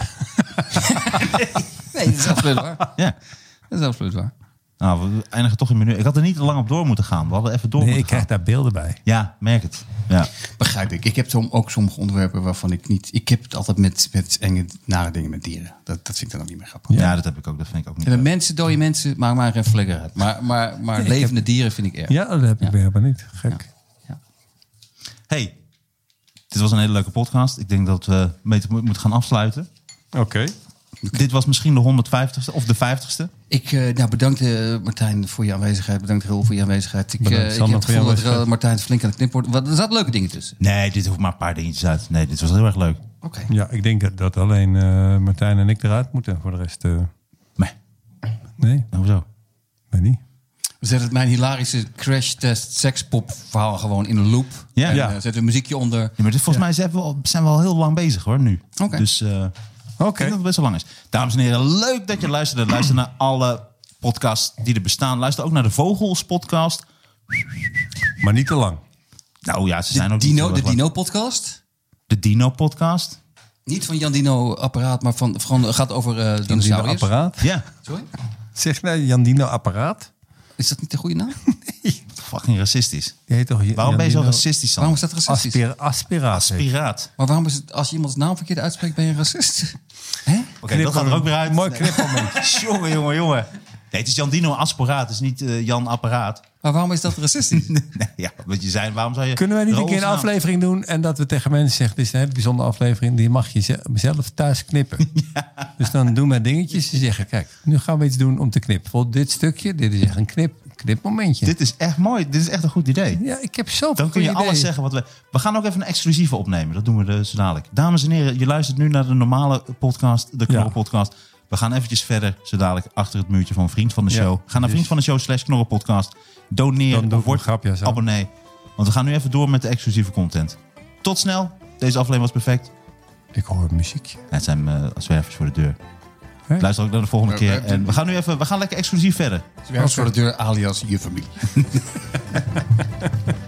D: Nee, dat is absoluut waar.
C: Ja.
D: Dat is absoluut waar.
C: Nou, we eindigen toch een minuut. Ik had er niet te lang op door moeten gaan. We hadden even door
B: Nee,
C: moeten
B: ik krijg
C: gaan.
B: daar beelden bij.
C: Ja, merk het. Ja.
D: Begrijp ik. Ik heb som, ook sommige onderwerpen waarvan ik niet... Ik heb het altijd met, met enge, nare dingen met dieren. Dat, dat vind ik dan ook niet meer grappig.
C: Ja, dat heb ik ook. Dat vind ik ook niet
D: En de
C: leuk.
D: mensen, dode mensen, maak maar een flikker uit. Maar, maar, maar
B: ik
D: levende dieren vind ik erg.
B: Ja, dat heb ik weer helemaal niet. Gek.
D: Ja.
C: Hey, dit was een hele leuke podcast. Ik denk dat we een beetje mo- moeten gaan afsluiten.
B: Oké.
C: Dit was misschien de honderdvijftigste of de vijftigste.
D: Ik uh, nou, bedankt uh, Martijn voor je aanwezigheid. Bedankt Roel voor je aanwezigheid. Ik, uh,
B: Bedankt,
D: ik
B: Sander,
D: heb het
B: voor je
D: gevoel dat
B: aanwezigheid.
D: uh, Martijn flink aan het knippen wordt. Wat- Er zaten leuke dingen tussen.
C: Nee, dit hoeft maar een paar dingetjes uit. Nee, dit was heel erg leuk.
D: Oké.
B: Ja, ik denk dat, dat alleen uh, Martijn en ik eruit moeten. Voor de rest, uh,
C: Nee,
B: nee,
C: nou, hoezo?
B: weet niet.
D: We zetten mijn hilarische crash test sekspop verhaal gewoon in een loop.
C: Ja.
D: En
C: Ja.
D: uh, zetten een muziekje onder.
C: Ja, maar dit, volgens mij zijn we, al, zijn we al heel lang bezig hoor, nu.
D: Oké.
C: Dus uh, ik
B: Oké.
C: denk dat het best wel lang is. Dames en heren, leuk dat je luisterde. Luister naar alle podcasts die er bestaan. Luister ook naar de Vogels podcast.
B: Maar niet te lang.
C: Nou ja, ze zijn
D: De
C: ook niet
D: Dino,
C: heel
D: de
C: erg lang.
D: Dino podcast.
C: De Dino podcast.
D: Niet van Jan Dino apparaat, maar van, van gaat over uh,
B: Jan Dino
D: dinosauriërs.
B: apparaat.
C: Ja,
D: Sorry?
B: Zeg nou Jan Dino apparaat?
D: Is dat niet de goede naam?
C: fucking racistisch.
B: Die heet toch
C: Waarom
B: Jan
C: ben je zo
B: Dino
C: racistisch dan?
D: Waarom is dat racistisch?
B: Aspira aspiraat. heet.
C: Piraat.
D: Maar waarom is het, als je iemands naam verkeerd uitspreekt, ben je een racist? Hè?
C: Oké, dat gaat er ook weer uit.
B: Mooi
C: Nee.
B: knipmoment.
C: jongen, jongen, jongen. Nee, het is Jan Dino Asporaat. Het is niet uh, Jan Apparaat.
D: Maar waarom is dat racistisch?
C: Nee, ja, wat je zei, waarom zou je...
B: Kunnen wij niet een
C: Raoul's
B: keer een
C: naam-
B: aflevering doen en dat we tegen mensen zeggen, dit is een hele bijzondere aflevering, die mag je ze- zelf thuis knippen. Dus dan doen wij dingetjes die zeggen, kijk, nu gaan we iets doen om te knippen. Bijvoorbeeld dit stukje, dit is echt een knip, knipmomentje.
C: Dit is echt mooi. Dit is echt een goed idee.
B: Ja, ik heb zoveel
C: Dan kun je
B: goede
C: alles
B: ideeën.
C: zeggen wat we... We gaan ook even een exclusieve opnemen. Dat doen we dus zo dadelijk. Dames en heren, je luistert nu naar de normale podcast, de Knorren podcast. We gaan eventjes verder, zo dadelijk achter het muurtje van Vriend van de
B: Ja,
C: Show. Ga naar
B: dus-
C: Vriend van de Show slash Knorren podcast. Doneer,
B: Dan doe
C: of
B: ik
C: word
B: een grapje zo.
C: abonnee. Want we gaan nu even door met de exclusieve content. Tot snel. Deze aflevering was perfect.
B: Ik hoor een muziekje.
C: Ja, het zijn uh, zwervers voor de deur.
B: Hè?
C: Luister ook naar de volgende
D: Ja,
C: keer.
D: we-
C: En we gaan nu even, we gaan lekker exclusief verder.
D: Zwervers voor de deur alias je familie.